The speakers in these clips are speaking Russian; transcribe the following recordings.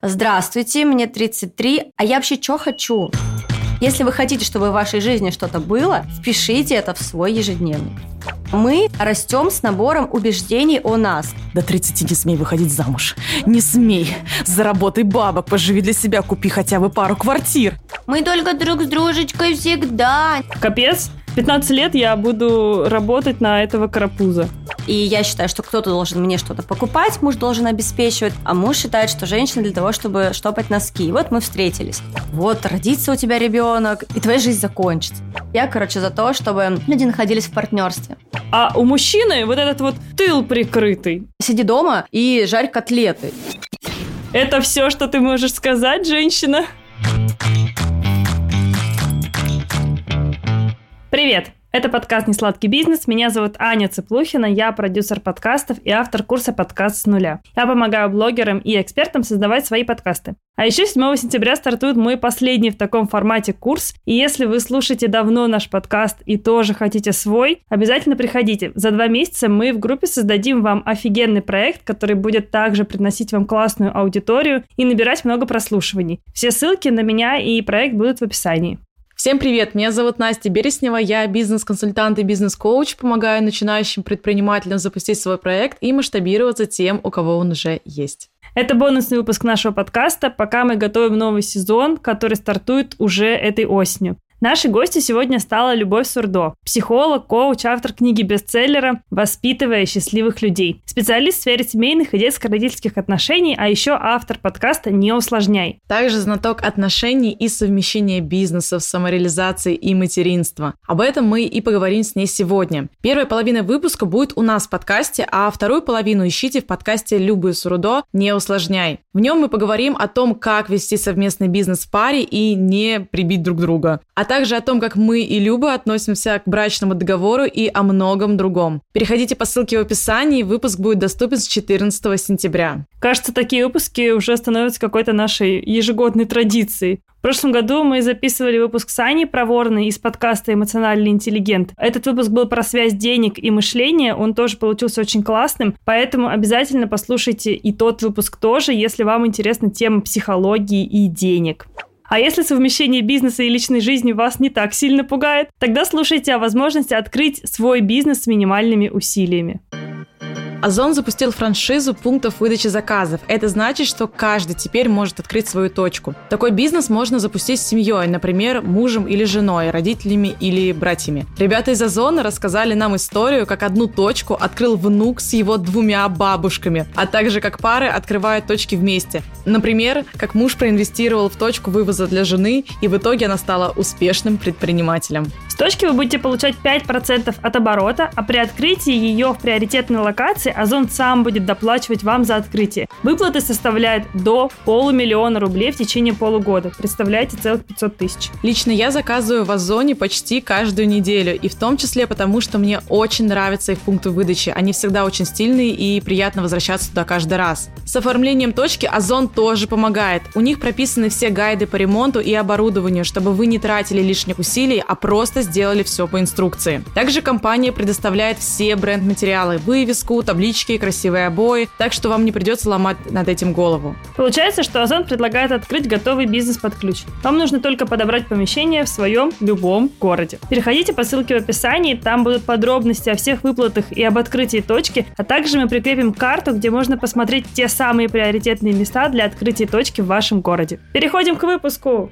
Здравствуйте, мне 33, а я вообще что хочу? Если вы хотите, чтобы в вашей жизни что-то было, впишите это в свой ежедневник. Мы растем с набором убеждений о нас. До 30 не смей выходить замуж. Не смей. Заработай бабок, поживи для себя, купи хотя бы пару квартир. Мы только друг с дружечкой всегда. Капец, 15 лет я буду работать на этого карапуза. И я считаю, что кто-то должен мне что-то покупать, муж должен обеспечивать, а муж считает, что женщина для того, чтобы штопать носки. И вот мы встретились. Вот родится у тебя ребенок, и твоя жизнь закончится. Я, за то, чтобы люди находились в партнерстве. А у мужчины вот этот вот тыл прикрытый. Сиди дома и жарь котлеты. Это все, что ты можешь сказать, женщина? Привет! Это подкаст «Несладкий бизнес». Меня зовут Аня Цыплухина, я продюсер подкастов и автор курса «Подкаст с нуля». Я помогаю блогерам и экспертам создавать свои подкасты. А еще 7 сентября стартует мой последний в таком формате курс. И если вы слушаете давно наш подкаст и тоже хотите свой, обязательно приходите. За 2 месяца мы в группе создадим вам офигенный проект, который будет также приносить вам классную аудиторию и набирать много прослушиваний. Все ссылки на меня и проект будут в описании. Всем привет, меня зовут Настя Береснева, я бизнес-консультант и бизнес-коуч, помогаю начинающим предпринимателям запустить свой проект и масштабироваться тем, у кого он уже есть. Это бонусный выпуск нашего подкаста, пока мы готовим новый сезон, который стартует уже этой осенью. Нашей гостью сегодня стала Любовь Сурдо, психолог, коуч, автор книги-бестселлера «Воспитывая счастливых людей», специалист в сфере семейных и детско-родительских отношений, а еще автор подкаста «Не усложняй». Также знаток отношений и совмещения бизнесов, самореализации и материнства. Об этом мы и поговорим с ней сегодня. Первая половина выпуска будет у нас в подкасте, а вторую половину ищите в подкасте Любы Сурдо «Не усложняй». В нем мы поговорим о том, как вести совместный бизнес в паре и не прибить друг друга, а также о том, как мы и Люба относимся к брачному договору и о многом другом. Переходите по ссылке в описании, выпуск будет доступен с 14 сентября. Кажется, такие выпуски уже становятся какой-то нашей ежегодной традицией. В прошлом году мы записывали выпуск с Аней Проворной из подкаста «Эмоциональный интеллигент». Этот выпуск был про связь денег и мышления, он тоже получился очень классным, поэтому обязательно послушайте и тот выпуск тоже, если вам интересна тема психологии и денег. А если совмещение бизнеса и личной жизни вас не так сильно пугает, тогда слушайте о возможности открыть свой бизнес с минимальными усилиями. Озон запустил франшизу пунктов выдачи заказов. Это значит, что каждый теперь может открыть свою точку. Такой бизнес можно запустить с семьей, например, мужем или женой, родителями или братьями. Ребята из Озона рассказали нам историю, как одну точку открыл внук с его 2 бабушками, а также как пары открывают точки вместе. Например, как муж проинвестировал в точку вывоза для жены, и в итоге она стала успешным предпринимателем. С точки вы будете получать 5% от оборота, а при открытии ее в приоритетной локации Озон сам будет доплачивать вам за открытие. Выплаты составляют до 500 000 рублей в течение полугода. Представляете, целых 500 000. Лично я заказываю в Озоне почти каждую неделю, и в том числе потому, что мне очень нравятся их пункты выдачи. Они всегда очень стильные и приятно возвращаться туда каждый раз. С оформлением точки Озон тоже помогает. У них прописаны все гайды по ремонту и оборудованию, чтобы вы не тратили лишних усилий, а просто сделали все по инструкции. Также компания предоставляет все бренд-материалы, вывеску, таблички, красивые обои, так что вам не придется ломать над этим голову. Получается, что Озон предлагает открыть готовый бизнес под ключ. Вам нужно только подобрать помещение в своем любом городе. Переходите по ссылке в описании, там будут подробности о всех выплатах и об открытии точки, а также мы прикрепим карту, где можно посмотреть те самые приоритетные места для открытия точки в вашем городе. Переходим к выпуску!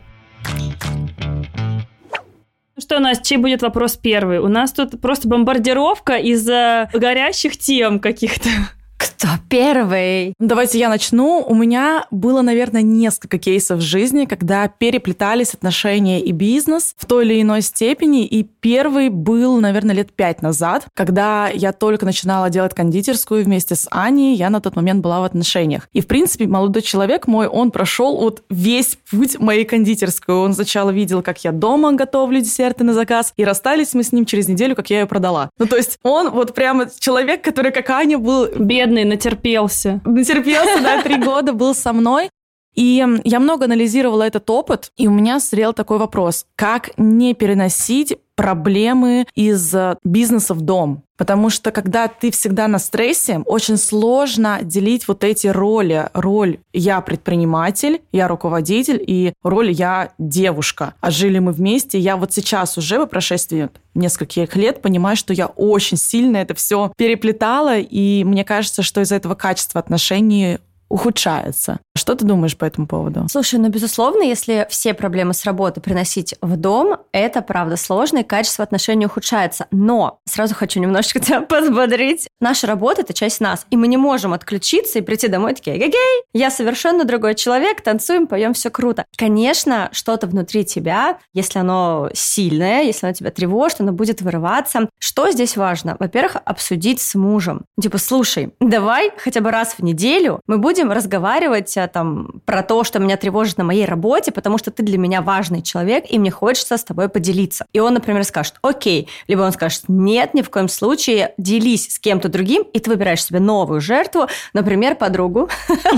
Ну что, Настя, чей будет вопрос первый? У нас тут просто бомбардировка из-за горящих тем каких-то. Кто первый? Давайте я начну. У меня было, наверное, несколько кейсов в жизни, когда переплетались отношения и бизнес в той или иной степени. И первый был, наверное, лет 5 назад, когда я только начинала делать кондитерскую вместе с Аней. Я на тот момент была в отношениях. И, в принципе, молодой человек мой, он прошел вот весь путь моей кондитерской. Он сначала видел, как я дома готовлю десерты на заказ, и расстались мы с ним через неделю, как я ее продала. Ну, то есть он вот прямо человек, который, как Аня, был... Бедный, натерпелся. Натерпелся, да, 3 года был со мной. И я много анализировала этот опыт, и у меня созрел такой вопрос. Как не переносить проблемы из бизнеса в дом? Потому что когда ты всегда на стрессе, очень сложно делить вот эти роли. Роль «я предприниматель», «я руководитель» и роль «я девушка». А жили мы вместе. Я вот сейчас уже по прошествии нескольких лет понимаю, что я очень сильно это все переплетала, и мне кажется, что из-за этого качество отношений ухудшается. Что ты думаешь по этому поводу? Слушай, безусловно, если все проблемы с работы приносить в дом, это, правда, сложно, и качество отношений ухудшается. Но сразу хочу немножечко тебя подбодрить. Наша работа – это часть нас, и мы не можем отключиться и прийти домой такие: «Гей, я совершенно другой человек, танцуем, поем, все круто». Конечно, что-то внутри тебя, если оно сильное, если оно тебя тревожит, оно будет вырываться. Что здесь важно? Во-первых, обсудить с мужем. Типа: слушай, давай хотя бы раз в неделю мы будем разговаривать про то, что меня тревожит на моей работе, потому что ты для меня важный человек, и мне хочется с тобой поделиться. И он, например, скажет: окей. Либо он скажет: нет, ни в коем случае, делись с кем-то другим, и ты выбираешь себе новую жертву, например, подругу.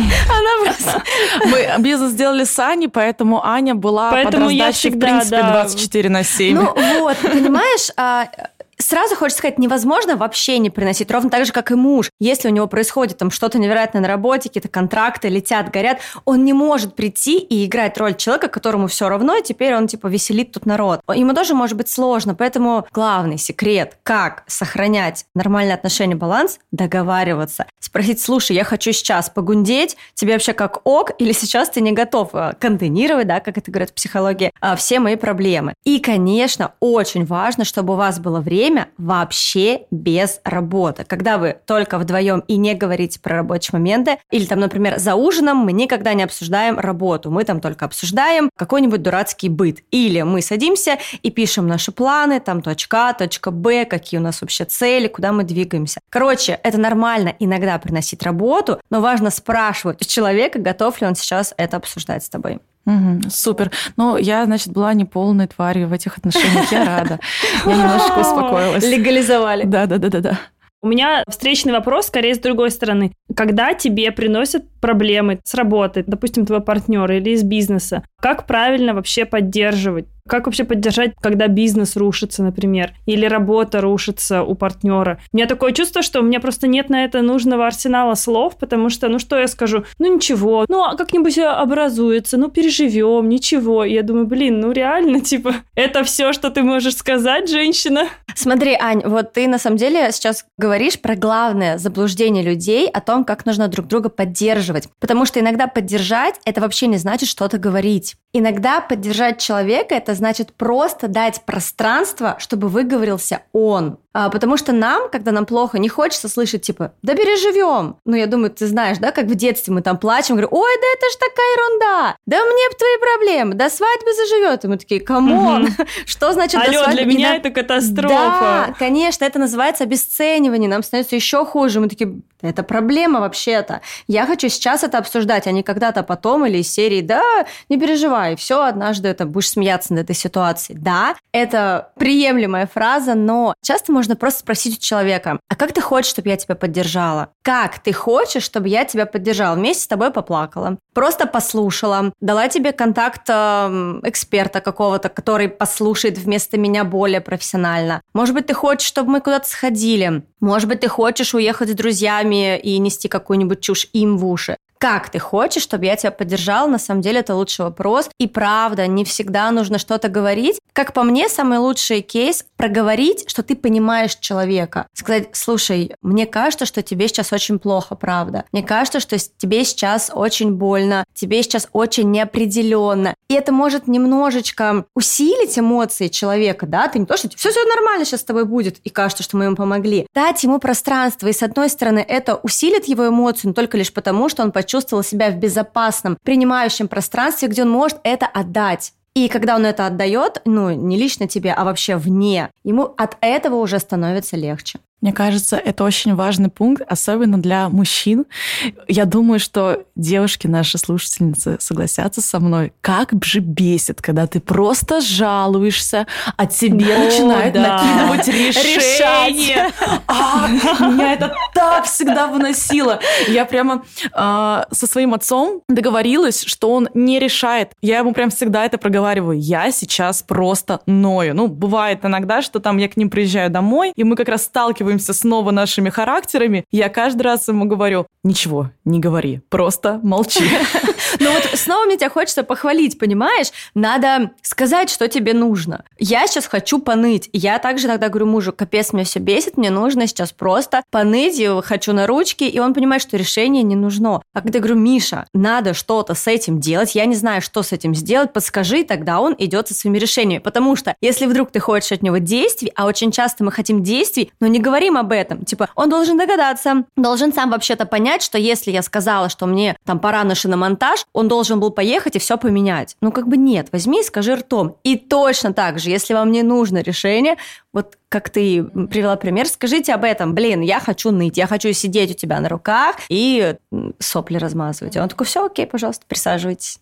Она просто... Мы бизнес сделали с Аней, поэтому Аня была под раздачей, в принципе, 24/7. Ну вот, понимаешь... Сразу хочется сказать, невозможно вообще не приносить, ровно так же, как и муж. Если у него происходит там что-то невероятное на работе, какие-то контракты летят, горят, он не может прийти и играть роль человека, которому все равно, и теперь он типа веселит тут народ. Ему тоже может быть сложно, поэтому главный секрет, как сохранять нормальные отношения, баланс, договариваться. Спросить: слушай, я хочу сейчас погундеть, тебе вообще как ок, или сейчас ты не готов контейнировать, да, как это говорят в психологии, все мои проблемы. И, конечно, очень важно, чтобы у вас было время вообще без работы. Когда вы только вдвоем и не говорите про рабочие моменты, или там, например, за ужином мы никогда не обсуждаем работу, мы там только обсуждаем какой-нибудь дурацкий быт. Или мы садимся и пишем наши планы, там точка А, точка Б, какие у нас вообще цели, куда мы двигаемся. Короче, это нормально иногда приносить работу, но важно спрашивать у человека, готов ли он сейчас это обсуждать с тобой. Угу, супер. Ну, я, значит, была не полной тварью в этих отношениях. Я рада. Я немножечко успокоилась. Легализовали. Да. У меня встречный вопрос, скорее, с другой стороны. Когда тебе приносят проблемы с работы, допустим, твой партнер или из бизнеса, как правильно вообще поддерживать? Как вообще поддержать, когда бизнес рушится, например, или работа рушится у партнера? У меня такое чувство, что у меня просто нет на это нужного арсенала слов, потому что, что я скажу? Ничего, как-нибудь образуется, переживем, ничего. И я думаю, реально, это все, что ты можешь сказать, женщина? Смотри, Ань, вот ты на самом деле сейчас говоришь про главное заблуждение людей о том, как нужно друг друга поддерживать. Потому что иногда поддержать – это вообще не значит что-то говорить. Иногда поддержать человека – это значит просто дать пространство, чтобы выговорился он. Потому что нам, когда нам плохо, не хочется слышать, да переживем. Я думаю, ты знаешь, да, как в детстве мы там плачем, говорю: ой, да это ж такая ерунда, да мне б твои проблемы, до свадьбы заживет. И мы такие: камон, что значит до свадьбы? Для меня это катастрофа. Да, конечно, это называется обесценивание, нам становится еще хуже. Мы такие: это проблема вообще-то. Я хочу сейчас это обсуждать, а не когда-то потом или из серии: да, не переживай, все, однажды это будешь смеяться над этой ситуацией. Да, это приемлемая фраза, но часто можно просто спросить у человека: а как ты хочешь, чтобы я тебя поддержала? Как ты хочешь, чтобы я тебя поддержала? Вместе с тобой поплакала, просто послушала, дала тебе контакт эксперта какого-то, который послушает вместо меня более профессионально. Может быть, ты хочешь, чтобы мы куда-то сходили. Может быть, ты хочешь уехать с друзьями и нести какую-нибудь чушь им в уши. Как ты хочешь, чтобы я тебя поддержала? На самом деле это лучший вопрос. И правда, не всегда нужно что-то говорить. Как по мне, самый лучший кейс – проговорить, что ты понимаешь человека. Сказать: слушай, мне кажется, что тебе сейчас очень плохо, правда. Мне кажется, что тебе сейчас очень больно, тебе сейчас очень неопределенно. И это может немножечко усилить эмоции человека, да? Ты не то, что все нормально сейчас с тобой будет, и кажется, что мы ему помогли. Дать ему пространство, и с одной стороны это усилит его эмоцию, но только лишь потому, что он почувствовал себя в безопасном, принимающем пространстве, где он может это отдать. И когда он это отдает, не лично тебе, а вообще вне, ему от этого уже становится легче. Мне кажется, это очень важный пункт, особенно для мужчин. Я думаю, что девушки, наши слушательницы, согласятся со мной. Как же бесит, когда ты просто жалуешься, а тебе начинают накидывать решение. Меня это так всегда выносило. Я прямо со своим отцом договорилась, что он не решает. Я ему прям всегда это проговариваю. Я сейчас просто ною. Ну, бывает иногда, что там я к ним приезжаю домой, и мы как раз сталкиваемся снова нашими характерами. Я каждый раз ему говорю: ничего, не говори, просто молчи. Но вот снова мне тебя хочется похвалить, понимаешь? Надо сказать, что тебе нужно. Я сейчас хочу поныть. Я также иногда говорю мужу: капец, меня все бесит, мне нужно сейчас просто поныть, и хочу на ручки, и он понимает, что решение не нужно. А когда я говорю: Миша, надо что-то с этим делать, я не знаю, что с этим сделать, подскажи, тогда он идет со своими решениями. Потому что если вдруг ты хочешь от него действий, а очень часто мы хотим действий, но не говорим об этом. Типа, он должен догадаться, должен сам вообще-то понять, что если я сказала, что мне там пора на шиномонтаж, он должен был поехать и все поменять. Ну, как бы нет, возьми и скажи ртом. И точно так же, если вам не нужно решение, вот как ты привела пример, скажите об этом: блин, я хочу ныть, я хочу сидеть у тебя на руках и сопли размазывать. И он такой: все, окей, пожалуйста, присаживайтесь.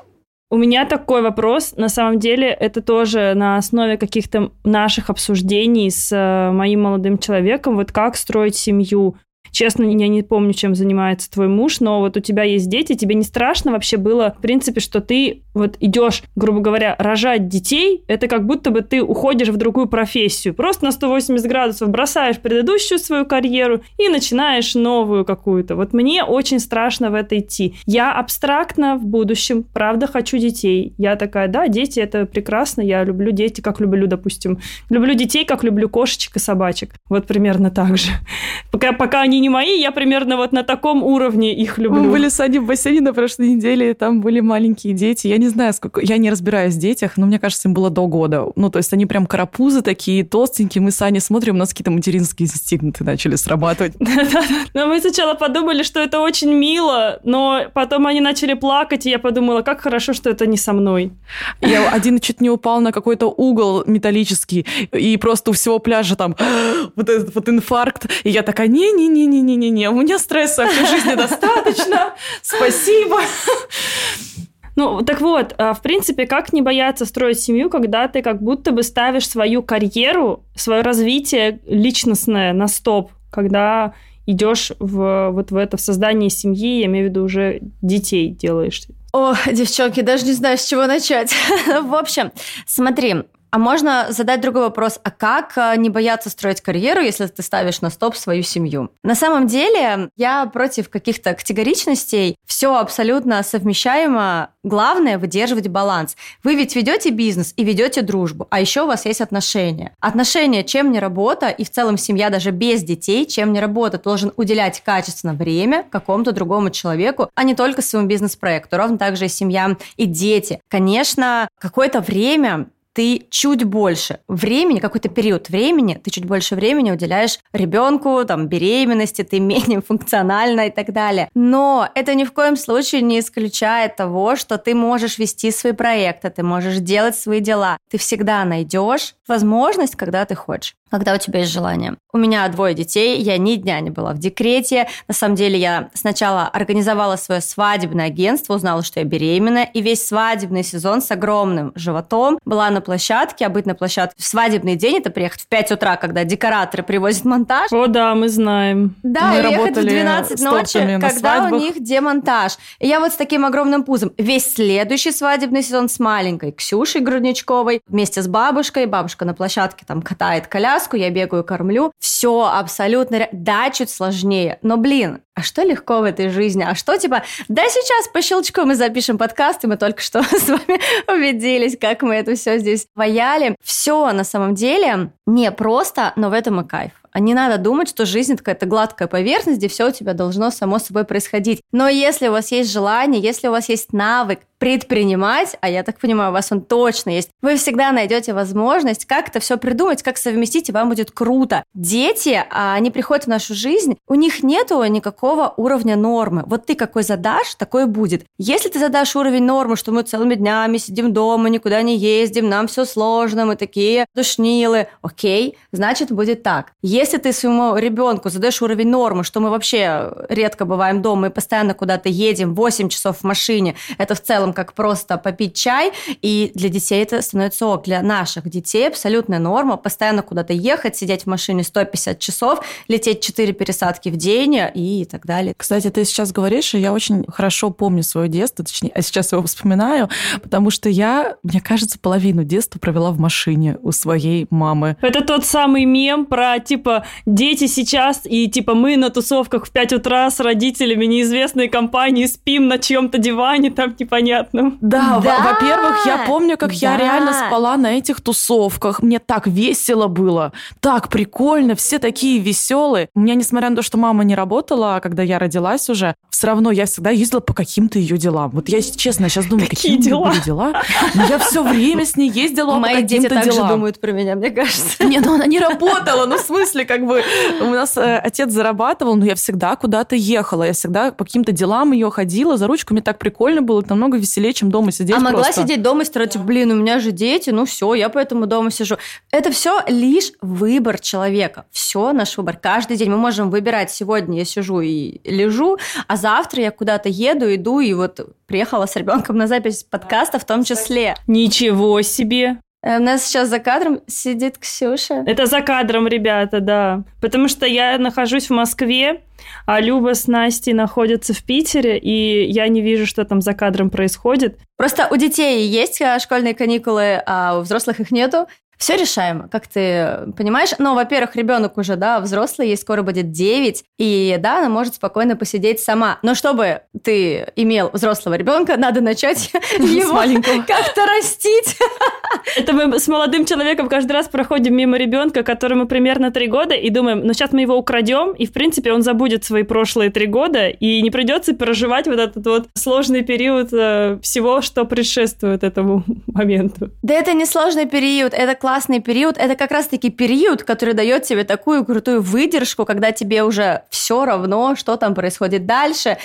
У меня такой вопрос, на самом деле, это тоже на основе каких-то наших обсуждений с моим молодым человеком, вот как строить семью. Честно, я не помню, чем занимается твой муж, но вот у тебя есть дети, тебе не страшно вообще было, в принципе, что ты вот идешь, грубо говоря, рожать детей, это как будто бы ты уходишь в другую профессию, просто на 180 градусов бросаешь предыдущую свою карьеру и начинаешь новую какую-то. Вот мне очень страшно в это идти. Я абстрактно в будущем, правда, хочу детей. Я такая: да, дети — это прекрасно, я люблю дети, как люблю, допустим, люблю детей, как люблю кошечек и собачек. Вот примерно так же. Пока они не мои, я примерно вот на таком уровне их люблю. Мы были с Аней в бассейне на прошлой неделе, там были маленькие дети. Я не знаю, сколько... Я не разбираюсь в детях, но мне кажется, им было до года. Ну, то есть они прям карапузы такие, толстенькие. Мы с Аней смотрим, у нас какие-то материнские инстинкты начали срабатывать. Но мы сначала подумали, что это очень мило, но потом они начали плакать, и я подумала, как хорошо, что это не со мной. Я один чуть не упал на какой-то угол металлический, и просто у всего пляжа там вот этот вот инфаркт. И я такая: не-не-не-не-не-не, у меня стресса в жизни достаточно, спасибо. Ну, так вот, в принципе, как не бояться строить семью, когда ты как будто бы ставишь свою карьеру, свое развитие личностное на стоп, когда идешь в это, в создание семьи, я имею в виду уже детей делаешь. О, девчонки, даже не знаю, с чего начать. В общем, смотри, а можно задать другой вопрос: а как не бояться строить карьеру, если ты ставишь на стоп свою семью? На самом деле, я против каких-то категоричностей. Все абсолютно совмещаемо. Главное — выдерживать баланс. Вы ведь ведете бизнес и ведете дружбу, а еще у вас есть отношения. Отношения, чем не работа, и в целом семья даже без детей, чем не работа. Ты должен уделять качественно время какому-то другому человеку, а не только своему бизнес-проекту. Ровно так же и семья, и дети. Конечно, какое-то время ты чуть больше времени, какой-то период времени, ты чуть больше времени уделяешь ребенку, там, беременности, ты менее функциональна и так далее. Но это ни в коем случае не исключает того, что ты можешь вести свои проекты, ты можешь делать свои дела. Ты всегда найдешь возможность, когда ты хочешь, когда у тебя есть желание. У меня 2 детей, я ни дня не была в декрете. На самом деле я сначала организовала свое свадебное агентство, узнала, что я беременна, и весь свадебный сезон с огромным животом была на площадке, а быть на площадке в свадебный день — это приехать в 5 утра, когда декораторы привозят монтаж. О, да, мы знаем. Да, мы и ехать в 12 ночи, когда свадьбах. У них демонтаж. И я вот с таким огромным пузом. Весь следующий свадебный сезон с маленькой Ксюшей Грудничковой вместе с бабушкой. Бабушка на площадке там катает коляску, я бегаю, кормлю. Все абсолютно... Да, чуть сложнее. Но, блин, а что легко в этой жизни? А что типа, да сейчас по щелчку мы запишем подкаст, и мы только что с вами убедились, как мы это все здесь ваяли. Все на самом деле не просто, но в этом и кайф. А не надо думать, что жизнь — это какая-то гладкая поверхность, где все у тебя должно само собой происходить. Но если у вас есть желание, если у вас есть навык предпринимать, а я так понимаю, у вас он точно есть, вы всегда найдете возможность как это все придумать, как совместить, и вам будет круто. Дети, они приходят в нашу жизнь, у них нету никакого уровня нормы. Вот ты какой задашь, такой и будет. Если ты задашь уровень нормы, что мы целыми днями сидим дома, никуда не ездим, нам все сложно, мы такие душнилы, окей, значит, будет так. Если Если ты своему ребенку задаешь уровень нормы, что мы вообще редко бываем дома и постоянно куда-то едем, 8 часов в машине, это в целом как просто попить чай, и для детей это становится ок. Для наших детей абсолютная норма постоянно куда-то ехать, сидеть в машине 150 часов, лететь 4 пересадки в день и так далее. Кстати, ты сейчас говоришь, и я очень хорошо помню свое детство, точнее, а сейчас его вспоминаю, потому что я, мне кажется, половину детства провела в машине у своей мамы. Это тот самый мем про, типа, дети сейчас, и, типа, мы на тусовках в 5 утра с родителями неизвестной компании спим на чьем-то диване там непонятном. Да, во-первых, я помню, как я реально спала на этих тусовках. Мне так весело было, так прикольно, все такие веселые. У меня, несмотря на то, что мама не работала, когда я родилась уже, все равно я всегда ездила по каким-то ее делам. Вот я, честно, сейчас думаю, какие были дела. Но я все время с ней ездила по каким-то делам. Мои дети также думают про меня, мне кажется. Не, ну она не работала, ну в смысле, как бы у нас отец зарабатывал, но я всегда куда-то ехала, я всегда по каким-то делам ее ходила за ручку, мне так прикольно было, это намного веселее, чем дома сидеть просто. А могла сидеть дома и строить, блин, у меня же дети, ну все, я поэтому дома сижу. Это все лишь выбор человека, все наш выбор. Каждый день мы можем выбирать, сегодня я сижу и лежу, а завтра я куда-то еду, иду, и вот приехала с ребенком на запись подкаста в том числе. Ничего себе! У нас сейчас за кадром сидит Ксюша. Это за кадром, ребята, да. Потому что я нахожусь в Москве, а Люба с Настей находятся в Питере, и я не вижу, что там за кадром происходит. Просто у детей есть школьные каникулы, а у взрослых их нету. Все решаемо, как ты понимаешь. Но, во-первых, ребенок уже, взрослый, ей скоро будет 9, и, она может спокойно посидеть сама. Но чтобы ты имел взрослого ребенка, надо начать его как-то растить. Это мы с молодым человеком каждый раз проходим мимо ребенка, которому примерно 3 года, и думаем, сейчас мы его украдем, и, в принципе, он забудет свои прошлые 3 года, и не придется переживать вот этот вот сложный период всего, что предшествует этому моменту. Да это не сложный период, это классный период. Это как раз-таки период, который дает тебе такую крутую выдержку, когда тебе уже все равно, что там происходит дальше.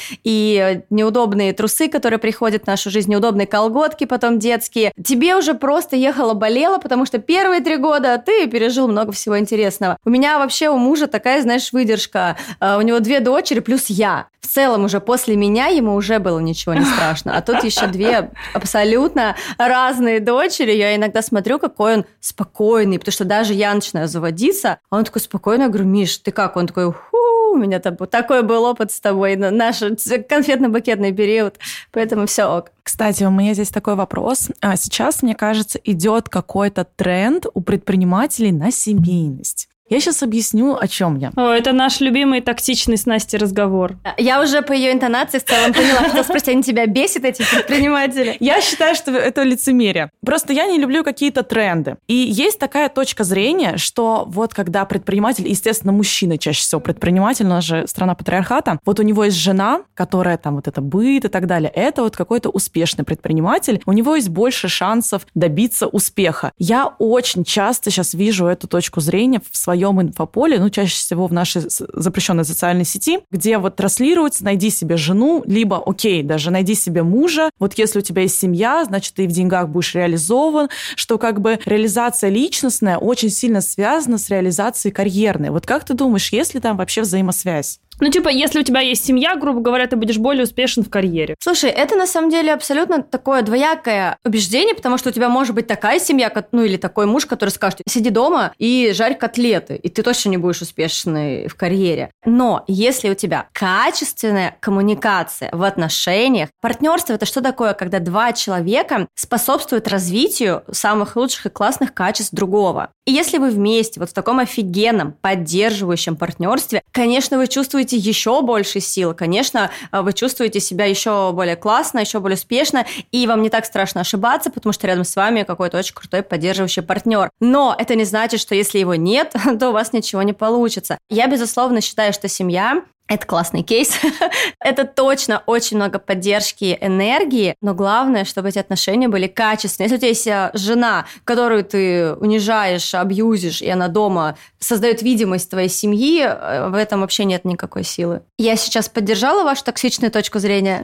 И неудобные трусы, которые приходят в нашу жизнь, неудобные колготки потом детские. Тебе уже просто ехала-болела, потому что первые 3 года ты пережил много всего интересного. У меня вообще у мужа такая, выдержка. У него 2 дочери плюс я. В целом уже после меня ему уже было ничего не страшно. А тут еще 2 абсолютно разные дочери. Я иногда смотрю, какой он спокойный, потому что даже я начинаю заводиться, а он такой спокойный. Я говорю, Миш, ты как? Он такой, у меня такой был опыт с тобой, наш конфетно-букетный период, поэтому все ок. Кстати, у меня здесь такой вопрос. Сейчас, мне кажется, идет какой-то тренд у предпринимателей на семейность. Я сейчас объясню, о чем я. Это наш любимый токсичный с Настей разговор. Я уже по ее интонации в целом поняла. Хотела спросить, они тебя бесят, эти предприниматели? Я считаю, что это лицемерие. Просто я не люблю какие-то тренды. И есть такая точка зрения, что вот когда предприниматель, естественно, мужчина чаще всего предприниматель, у нас же страна патриархата, вот у него есть жена, которая там вот это быт и так далее, это вот какой-то успешный предприниматель, у него есть больше шансов добиться успеха. Я очень часто сейчас вижу эту точку зрения в своем инфополе, чаще всего в нашей запрещенной социальной сети, где вот транслируется: найди себе жену, либо, даже найди себе мужа. Вот если у тебя есть семья, значит, ты в деньгах будешь реализован, что как бы реализация личностная очень сильно связана с реализацией карьерной. Вот как ты думаешь, есть ли там вообще взаимосвязь? Если у тебя есть семья, грубо говоря, ты будешь более успешен в карьере. Слушай, это на самом деле абсолютно такое двоякое убеждение, потому что у тебя может быть такая семья, или такой муж, который скажет: сиди дома и жарь котлеты, и ты точно не будешь успешной в карьере. Но если у тебя качественная коммуникация в отношениях, партнерство — это что такое? Когда 2 человека способствуют развитию самых лучших и классных качеств другого. И если вы вместе вот в таком офигенном поддерживающем партнерстве, конечно, вы чувствуете еще больше сил, конечно, вы чувствуете себя еще более классно, еще более успешно, и вам не так страшно ошибаться, потому что рядом с вами какой-то очень крутой поддерживающий партнер. Но это не значит, что если его нет, то у вас ничего не получится. Я, безусловно, считаю, что семья — это классный кейс. Это точно очень много поддержки, энергии, но главное, чтобы эти отношения были качественные. Если у тебя есть жена, которую ты унижаешь, абьюзишь, и она дома создает видимость твоей семьи, в этом вообще нет никакой силы. Я сейчас поддержала вашу токсичную точку зрения?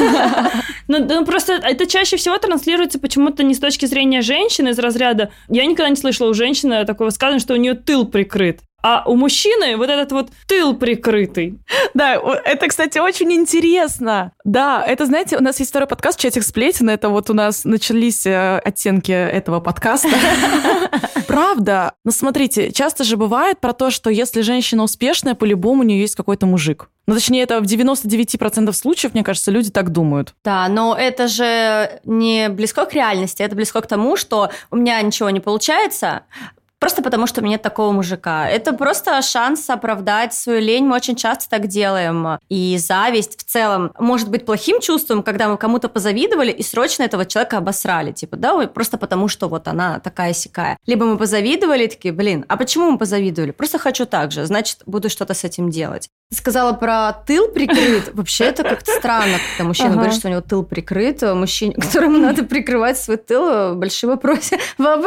Просто это чаще всего транслируется почему-то не с точки зрения женщины из разряда. Я никогда не слышала у женщины такого высказывания, что у нее тыл прикрыт. А у мужчины вот этот вот тыл прикрытый. Да, это, кстати, очень интересно. Да, это, знаете, у нас есть второй подкаст «Чатик сплетен». Это вот у нас начались оттенки этого подкаста. Правда. Но смотрите, часто же бывает про то, что если женщина успешная, по-любому у нее есть какой-то мужик. Ну, точнее, это в 99% случаев, мне кажется, люди так думают. Да, но это же не близко к реальности, это близко к тому, что у меня ничего не получается, просто потому, что у меня нет такого мужика. Это просто шанс оправдать свою лень. Мы очень часто так делаем. И зависть в целом может быть плохим чувством, когда мы кому-то позавидовали и срочно этого человека обосрали. Типа, да, просто потому, что вот она такая-сякая. Либо мы позавидовали и такие, блин, а почему мы позавидовали? Просто хочу так же, значит, буду что-то с этим делать. Ты сказала про тыл прикрыт. Вообще это как-то странно, когда мужчина говорит, что у него тыл прикрыт. Мужчине, которому надо прикрывать свой тыл, большие вопросики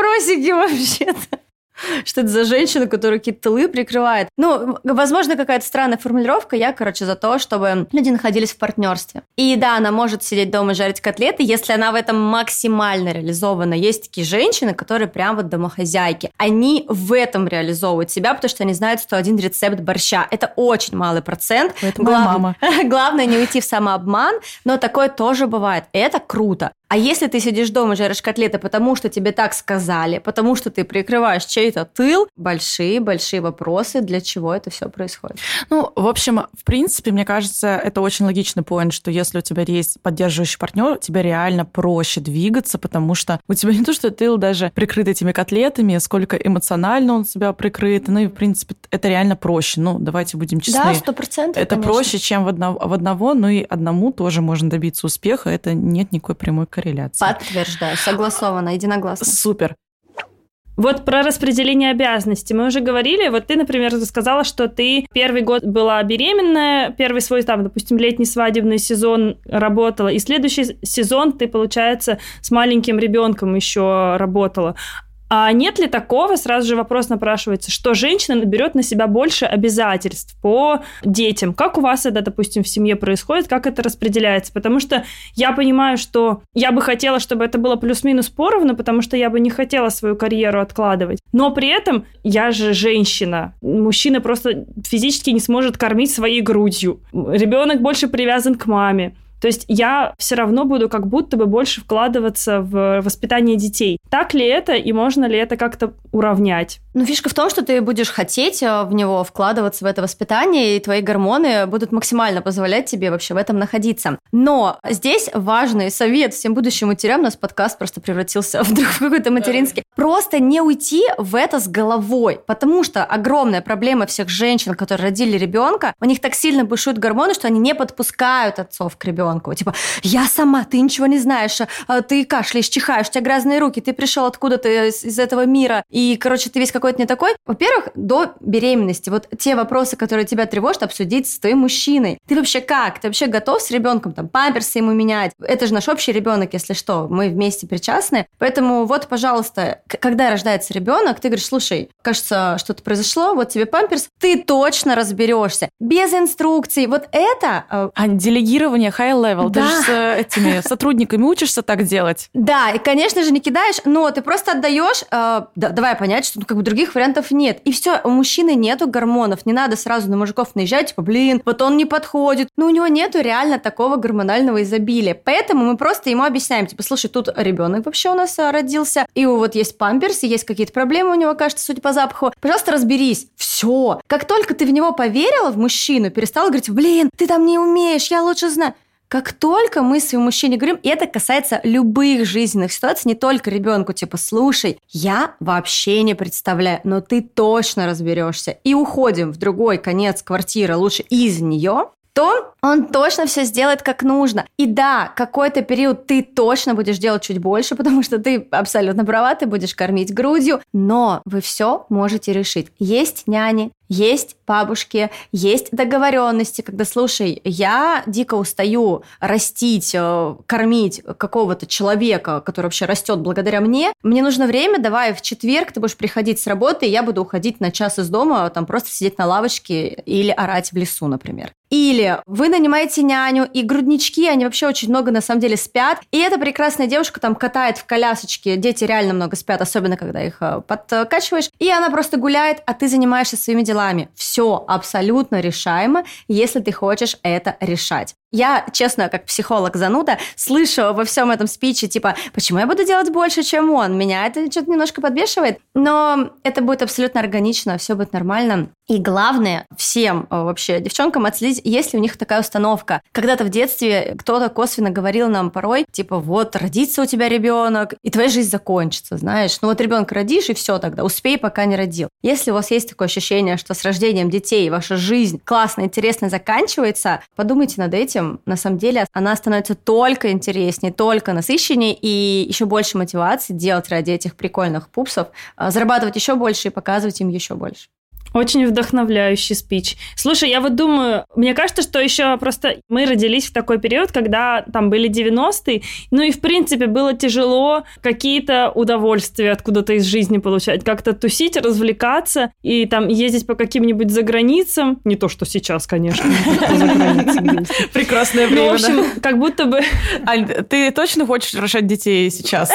вообще-то. Что это за женщина, которая какие-то тылы прикрывает? Ну, возможно, какая-то странная формулировка. Я, за то, чтобы люди находились в партнерстве. И да, она может сидеть дома и жарить котлеты, если она в этом максимально реализована. Есть такие женщины, которые прям вот домохозяйки. Они в этом реализовывают себя, потому что они знают 101 рецепт борща. Это очень малый процент. Это моя мама. Главное не уйти в самообман, но такое тоже бывает. Это круто. А если ты сидишь дома и жаришь котлеты, потому что тебе так сказали, потому что ты прикрываешь чей-то тыл, большие-большие вопросы, для чего это все происходит. Ну, в общем, в принципе, мне кажется, это очень логичный поинт, что если у тебя есть поддерживающий партнер, тебе реально проще двигаться, потому что у тебя не то, что тыл даже прикрыт этими котлетами, сколько эмоционально он себя прикрыт, ну и, в принципе, это реально проще. Ну, давайте будем честны. Да, 100%. Это конечно. Проще, чем в одного, но и одному тоже можно добиться успеха, это нет никакой прямой корреляции. Подтверждаю, согласовано, единогласно. Супер. Вот про распределение обязанностей мы уже говорили. Вот ты, например, сказала, что ты первый год была беременная, первый свой, там, допустим, летний свадебный сезон работала, и следующий сезон ты, получается, с маленьким ребенком еще работала. А нет ли такого, сразу же вопрос напрашивается, что женщина берет на себя больше обязательств по детям? Как у вас это, допустим, в семье происходит? Как это распределяется? Потому что я понимаю, что я бы хотела, чтобы это было плюс-минус поровну, потому что я бы не хотела свою карьеру откладывать. Но при этом я же женщина. Мужчина просто физически не сможет кормить своей грудью. Ребенок больше привязан к маме. То есть я все равно буду как будто бы больше вкладываться в воспитание детей. Так ли это и можно ли это как-то уравнять? Ну, фишка в том, что ты будешь хотеть в него вкладываться, в это воспитание, и твои гормоны будут максимально позволять тебе вообще в этом находиться. Но здесь важный совет всем будущим матерям. У нас подкаст просто превратился вдруг в какой-то материнский. Просто не уйти в это с головой, потому что огромная проблема всех женщин, которые родили ребенка, у них так сильно бушуют гормоны, что они не подпускают отцов к ребенку. Типа, я сама, ты ничего не знаешь, ты кашляешь, чихаешь, у тебя грязные руки, ты пришел откуда-то из этого мира, и, ты весь какой-то не такой. Во-первых, до беременности, вот те вопросы, которые тебя тревожат, обсудить с твоим мужчиной. Ты вообще как? Ты вообще готов с ребенком, там, памперсы ему менять? Это же наш общий ребенок, если что, мы вместе причастны. Поэтому вот, пожалуйста, когда рождается ребенок, ты говоришь, слушай, кажется, что-то произошло, вот тебе памперс, ты точно разберешься. Без инструкций. Вот это... А делегирование high level. Да. Ты же с этими сотрудниками учишься так делать. Да, и, конечно же, не кидаешь, но ты просто отдаешь, давай понять, что других вариантов нет. И все, у мужчины нету гормонов, не надо сразу на мужиков наезжать, типа, блин, вот он не подходит. Но у него нету реально такого гормонального изобилия. Поэтому мы просто ему объясняем, типа, слушай, тут ребенок вообще у нас родился, и вот есть памперс, и есть какие-то проблемы у него, кажется, судя по запаху. Пожалуйста, разберись. Все. Как только ты в него поверила, в мужчину, перестала говорить, блин, ты там не умеешь, я лучше знаю. Как только мы своему мужчине говорим, и это касается любых жизненных ситуаций, не только ребенку, типа, слушай, я вообще не представляю, но ты точно разберешься, и уходим в другой конец квартиры, лучше из нее, то он точно все сделает как нужно. И да, какой-то период ты точно будешь делать чуть больше, потому что ты абсолютно права, ты будешь кормить грудью, но вы все можете решить. Есть няни, Есть бабушки, есть договоренности, когда, слушай, я дико устаю растить, кормить какого-то человека, который вообще растет благодаря мне нужно время, давай в четверг ты будешь приходить с работы, и я буду уходить на час из дома, там просто сидеть на лавочке или орать в лесу, например. Или вы нанимаете няню, и груднички, они вообще очень много на самом деле спят, и эта прекрасная девушка там катает в колясочке, дети реально много спят, особенно когда их подкачиваешь, и она просто гуляет, а ты занимаешься своими делами. Все абсолютно решаемо, если ты хочешь это решать. Я, честно, как психолог-зануда, слышу во всем этом спиче, типа, почему я буду делать больше, чем он? Меня это что-то немножко подбешивает, но это будет абсолютно органично, все будет нормально. И главное, всем вообще девчонкам отследить, есть ли у них такая установка. Когда-то в детстве кто-то косвенно говорил нам порой, типа, вот, родится у тебя ребенок, и твоя жизнь закончится, знаешь. Ну вот ребенка родишь, и все тогда, успей, пока не родил. Если у вас есть такое ощущение, что с рождением детей ваша жизнь классно, интересно заканчивается, подумайте над этим. На самом деле она становится только интереснее, только насыщеннее, и еще больше мотивации делать ради этих прикольных пупсов, зарабатывать еще больше и показывать им еще больше. Очень вдохновляющий спич. Слушай, я вот думаю, мне кажется, что еще просто мы родились в такой период, когда там были 90-е, ну и в принципе было тяжело какие-то удовольствия откуда-то из жизни получать, как-то тусить, развлекаться и там ездить по каким-нибудь заграницам. Не то, что сейчас, конечно, по заграницам. Прекрасное время, в общем, как будто бы... Ань, ты точно хочешь рожать детей сейчас?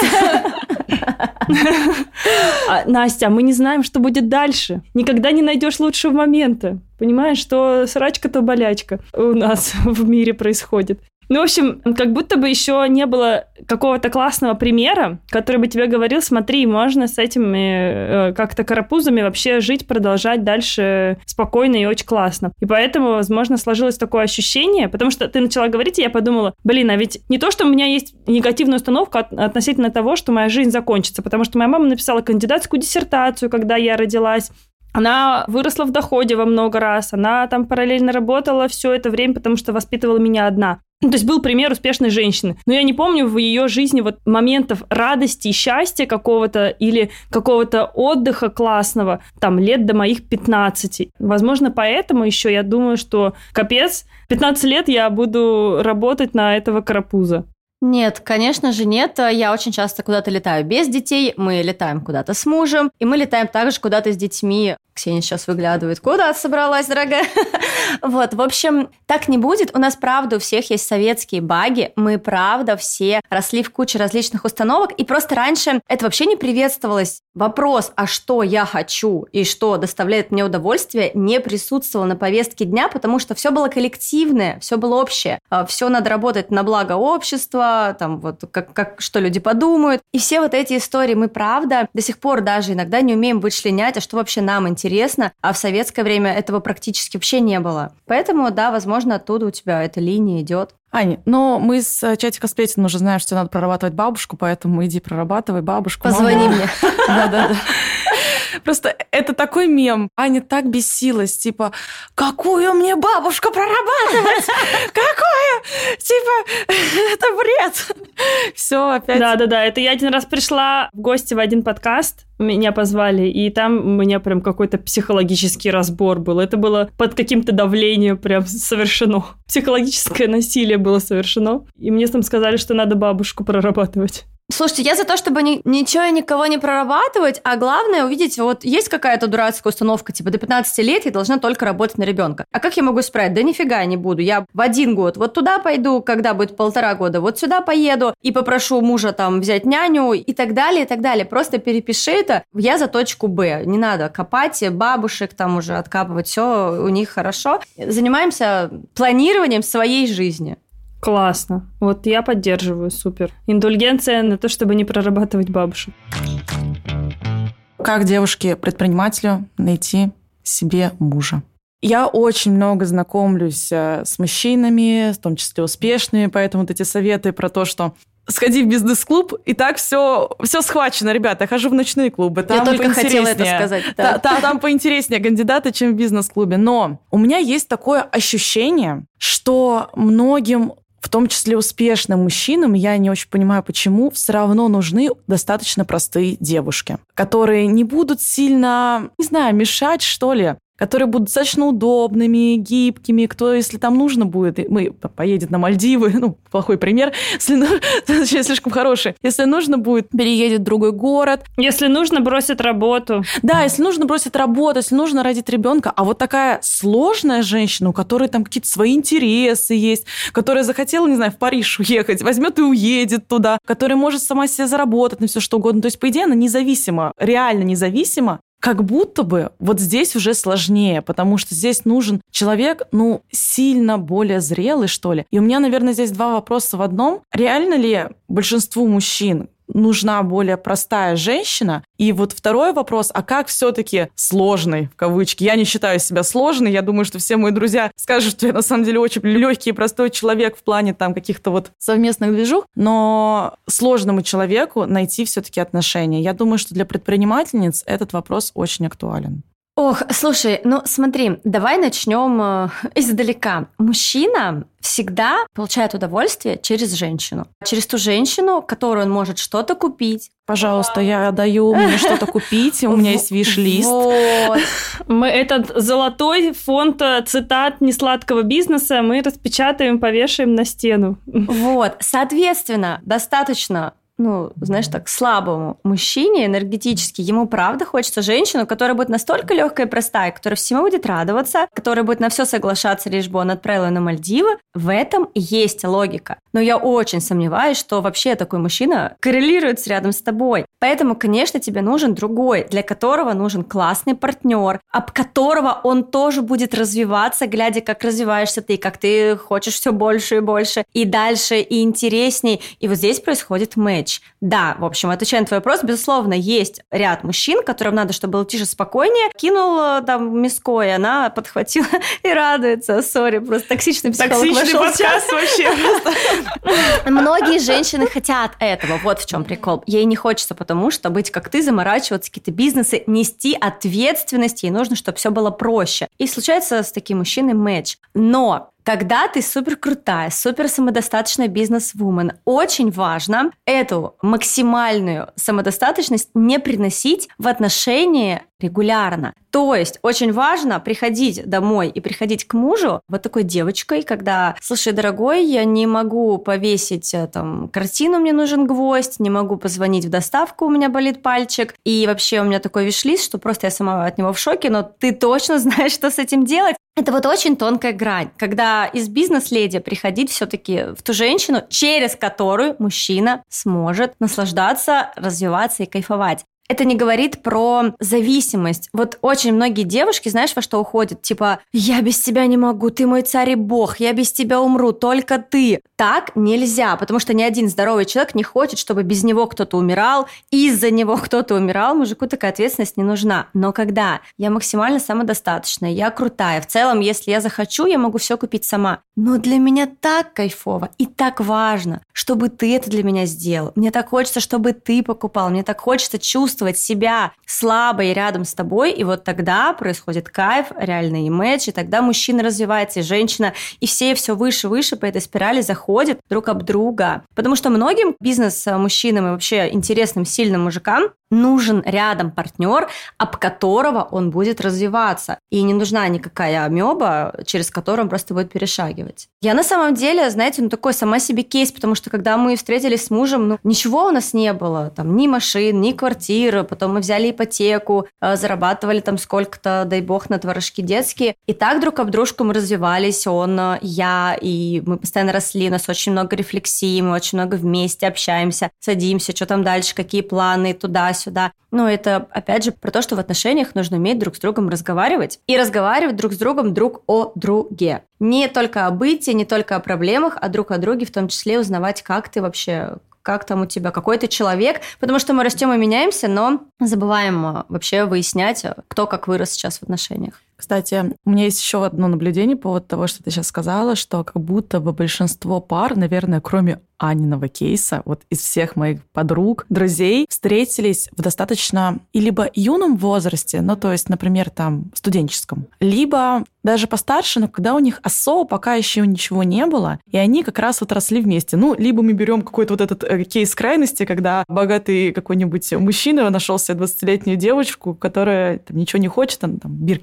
Настя, мы не знаем, что будет дальше. Никогда не найдешь лучшего момента. Понимаешь, что срачка, то болячка у нас в мире происходит. Ну, в общем, как будто бы еще не было какого-то классного примера, который бы тебе говорил, смотри, можно с этими как-то карапузами вообще жить, продолжать дальше спокойно и очень классно. И поэтому, возможно, сложилось такое ощущение, потому что ты начала говорить, и я подумала, блин, а ведь не то, что у меня есть негативная установка относительно того, что моя жизнь закончится, потому что моя мама написала кандидатскую диссертацию, когда я родилась. Она выросла в доходе во много раз, она там параллельно работала все это время, потому что воспитывала меня одна. Ну, то есть был пример успешной женщины. Но я не помню в ее жизни вот моментов радости и счастья какого-то или какого-то отдыха классного, там, лет до моих 15. Возможно, поэтому еще я думаю, что капец, 15 лет я буду работать на этого карапуза. Нет, конечно же нет. Я очень часто куда-то летаю без детей, мы летаем куда-то с мужем, и мы летаем также куда-то с детьми. Ксения сейчас выглядывает. Куда собралась, дорогая? Вот, в общем, так не будет. У нас, правда, у всех есть советские баги. Мы, правда, все росли в куче различных установок. И просто раньше это вообще не приветствовалось. Вопрос, а что я хочу и что доставляет мне удовольствие, не присутствовал на повестке дня, потому что все было коллективное, все было общее. Все надо работать на благо общества, там вот как что люди подумают. И все вот эти истории мы, правда, до сих пор даже иногда не умеем вычленять, а что вообще нам интересно, а в советское время этого практически вообще не было. Поэтому, да, возможно, оттуда у тебя эта линия идет. Аня, но мы с чатика сплетен уже знаем, что надо прорабатывать бабушку, поэтому иди прорабатывай бабушку. Позвони мне. Да-да-да. Просто это такой мем. Аня так бесилась, типа, какую мне бабушку прорабатывать? Какую? Типа, это бред. Все, опять. Да-да-да, это я один раз пришла в гости в один подкаст, меня позвали, и там у меня прям какой-то психологический разбор был. Это было под каким-то давлением прям совершено. Психологическое насилие было совершено. И мне там сказали, что надо бабушку прорабатывать. Слушайте, я за то, чтобы ничего и никого не прорабатывать, а главное увидеть, вот есть какая-то дурацкая установка, типа до 15 лет я должна только работать на ребенка. А как я могу исправить? Да нифига я не буду. Я в 1 год вот туда пойду, когда будет 1,5 года, вот сюда поеду и попрошу мужа там взять няню и так далее, и так далее. Просто перепиши это. Я за точку Б. Не надо копать бабушек, там уже откапывать. Все у них хорошо. Занимаемся планированием своей жизни. Классно. Вот я поддерживаю, супер. Индульгенция на то, чтобы не прорабатывать бабушек. Как девушке-предпринимателю найти себе мужа? Я очень много знакомлюсь с мужчинами, в том числе успешными, поэтому вот эти советы про то, что сходи в бизнес-клуб, и так все схвачено, ребята. Я хожу в ночные клубы, там я только хотела это сказать. Да. Там поинтереснее кандидаты, чем в бизнес-клубе. Но у меня есть такое ощущение, что многим, в том числе успешным мужчинам, я не очень понимаю, почему, все равно нужны достаточно простые девушки, которые не будут сильно, не знаю, мешать, что ли, которые будут достаточно удобными, гибкими. Кто, если там нужно будет, поедет на Мальдивы, плохой пример, если слишком хороший. Если нужно будет, переедет в другой город. Если нужно, бросит работу. Да, если нужно, бросит работу, если нужно, родить ребенка. А вот такая сложная женщина, у которой там какие-то свои интересы есть, которая захотела, не знаю, в Париж уехать, возьмет и уедет туда, которая может сама себе заработать на все что угодно. То есть, по идее, она независима, реально независима. Как будто бы вот здесь уже сложнее, потому что здесь нужен человек, сильно более зрелый, что ли. И у меня, наверное, здесь два вопроса в одном. Реально ли большинству мужчин нужна более простая женщина? И вот второй вопрос, а как все-таки сложный, в кавычки? Я не считаю себя сложной, я думаю, что все мои друзья скажут, что я на самом деле очень легкий и простой человек в плане там каких-то вот совместных движух, но сложному человеку найти все-таки отношения. Я думаю, что для предпринимательниц этот вопрос очень актуален. Ох, слушай, смотри, давай начнем издалека. Мужчина всегда получает удовольствие через женщину. Через ту женщину, которую он может что-то купить. Пожалуйста, я даю мне что-то купить, у меня есть виш-лист. Вот. Мы этот золотой фонд цитат несладкого бизнеса мы распечатаем, повешаем на стену. Вот, соответственно, достаточно слабому мужчине энергетически, ему правда хочется женщину, которая будет настолько легкая и простая, которая всему будет радоваться, которая будет на все соглашаться, лишь бы он отправил ее на Мальдивы. В этом есть логика. Но я очень сомневаюсь, что вообще такой мужчина коррелирует рядом с тобой. Поэтому, конечно, тебе нужен другой, для которого нужен классный партнер, об которого он тоже будет развиваться, глядя, как развиваешься ты, как ты хочешь все больше и больше, и дальше, и интересней. И вот здесь происходит матч. Да, в общем, отвечая на твой вопрос, безусловно, есть ряд мужчин, которым надо, чтобы было тише, спокойнее. Кинул там миско, и она подхватила и радуется. Сори, просто токсичный психолог вошел. Подкаст вообще просто. Многие женщины хотят этого. Вот в чем прикол. Ей не хочется, потому что быть как ты, заморачиваться, какие-то бизнесы, нести ответственность. Ей нужно, чтобы все было проще. И случается с таким мужчиной матч. Но когда ты супер крутая, супер самодостаточная бизнес-вумен, очень важно эту максимальную самодостаточность не приносить в отношения регулярно. То есть очень важно приходить домой и приходить к мужу вот такой девочкой, когда, слушай, дорогой, я не могу повесить картину, мне нужен гвоздь, не могу позвонить в доставку, у меня болит пальчик, и вообще у меня такой виш-лист, что просто я сама от него в шоке, но ты точно знаешь, что с этим делать. Это вот очень тонкая грань, когда из бизнес-леди приходить все-таки в ту женщину, через которую мужчина сможет наслаждаться, развиваться и кайфовать. Это не говорит про зависимость. Вот очень многие девушки, знаешь, во что уходят? Типа, я без тебя не могу, ты мой царь и бог, я без тебя умру, только ты. Так нельзя, потому что ни один здоровый человек не хочет, чтобы без него кто-то умирал, из-за него кто-то умирал, мужику такая ответственность не нужна. Но когда я максимально самодостаточная, я крутая, в целом, если я захочу, я могу все купить сама. Но для меня так кайфово и так важно, чтобы ты это для меня сделал. Мне так хочется, чтобы ты покупал, мне так хочется чувствовать себя слабой рядом с тобой, и вот тогда происходит кайф, реальный матч, и тогда мужчина развивается, и женщина, и все выше по этой спирали заходят друг об друга. Потому что многим бизнес-мужчинам и вообще интересным, сильным мужикам нужен рядом партнер, об которого он будет развиваться. И не нужна никакая амеба, через которую он просто будет перешагивать. Я на самом деле, знаете, такой сама себе кейс, потому что когда мы встретились с мужем, ничего у нас не было. Ни машин, ни квартир. Потом мы взяли ипотеку, зарабатывали сколько-то, дай бог, на творожки детские. И так друг об дружку мы развивались, он, я, и мы постоянно росли. У нас очень много рефлексий, мы очень много вместе общаемся, садимся, что там дальше, какие планы, туда-сюда. Но это, опять же, про то, что в отношениях нужно уметь друг с другом разговаривать. И разговаривать друг с другом друг о друге. Не только о быте, не только о проблемах, а друг о друге, в том числе узнавать, как ты вообще, как там у тебя, какой ты человек. Потому что мы растем и меняемся, но забываем вообще выяснять, кто как вырос сейчас в отношениях. Кстати, у меня есть еще одно наблюдение по поводу того, что ты сейчас сказала, что как будто бы большинство пар, наверное, кроме Аниного кейса, вот из всех моих подруг, друзей, встретились в достаточно и либо юном возрасте, то есть, например, студенческом, либо даже постарше, но когда у них особо пока еще ничего не было, и они как раз росли вместе. Либо мы берем какой-то этот кейс крайности, когда богатый какой-нибудь мужчина нашел себе 20-летнюю девочку, которая ничего не хочет, Биркин хочет,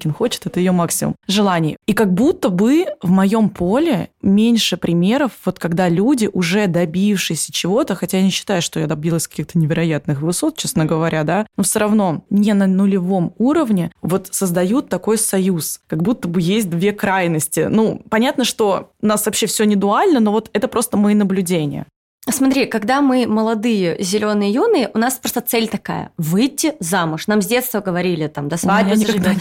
это ее максимум желаний. И как будто бы в моем поле меньше примеров, вот когда люди, уже добившиеся чего-то, хотя я не считаю, что я добилась каких-то невероятных высот, честно говоря, да, но все равно не на нулевом уровне вот создают такой союз, как будто бы есть две крайности. Ну, понятно, что у нас вообще все не дуально, но вот это просто мои наблюдения. Смотри, когда мы молодые, зеленые, юные, у нас просто цель такая – выйти замуж. Нам с детства говорили, там, до свадьбы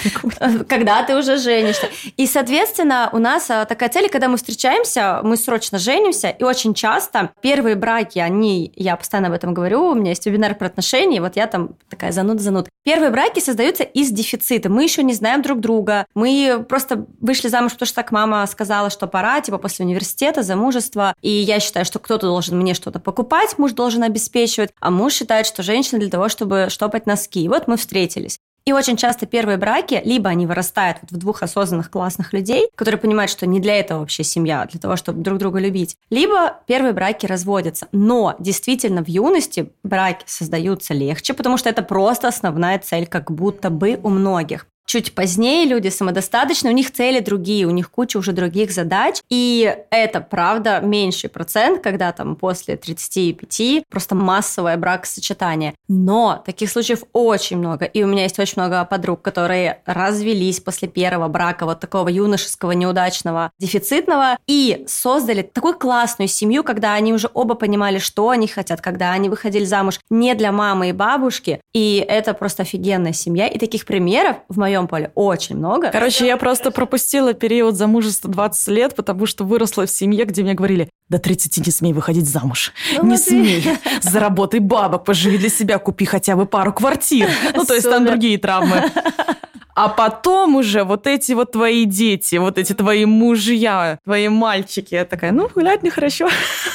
когда ты уже женишься. И, соответственно, у нас такая цель, когда мы встречаемся, мы срочно женимся, и очень часто первые браки, я постоянно об этом говорю, у меня есть вебинар про отношения, вот я там такая зануда. Первые браки создаются из дефицита. Мы еще не знаем друг друга, мы просто вышли замуж, потому что так мама сказала, что пора, типа после университета, замужества, и я считаю, что кто-то должен мне что-то покупать, муж должен обеспечивать, а муж считает, что женщина для того, чтобы штопать носки. И вот мы встретились. И очень часто первые браки, либо они вырастают вот в двух осознанных классных людей, которые понимают, что не для этого вообще семья, а для того, чтобы друг друга любить, либо первые браки разводятся. Но действительно в юности браки создаются легче, потому что это просто основная цель как будто бы у многих. Чуть позднее люди самодостаточны, у них цели другие, у них куча уже других задач. И это, правда, меньший процент, когда там после 35 просто массовое бракосочетание. Но таких случаев очень много. И у меня есть очень много подруг, которые развелись после первого брака, вот такого юношеского, неудачного, дефицитного, и создали такую классную семью, когда они уже оба понимали, что они хотят, когда они выходили замуж не для мамы и бабушки. И это просто офигенная семья. И таких примеров в моем поле очень много. Короче, я просто пропустила период замужества 20 лет, потому что выросла в семье, где мне говорили: до 30 не смей выходить замуж. Не смей. Заработай бабок, поживи для себя, купи хотя бы пару квартир. Ну, то есть там другие травмы. А потом уже вот эти вот твои дети, вот эти твои мужья, твои мальчики. Я такая, ну, гулять нехорошо.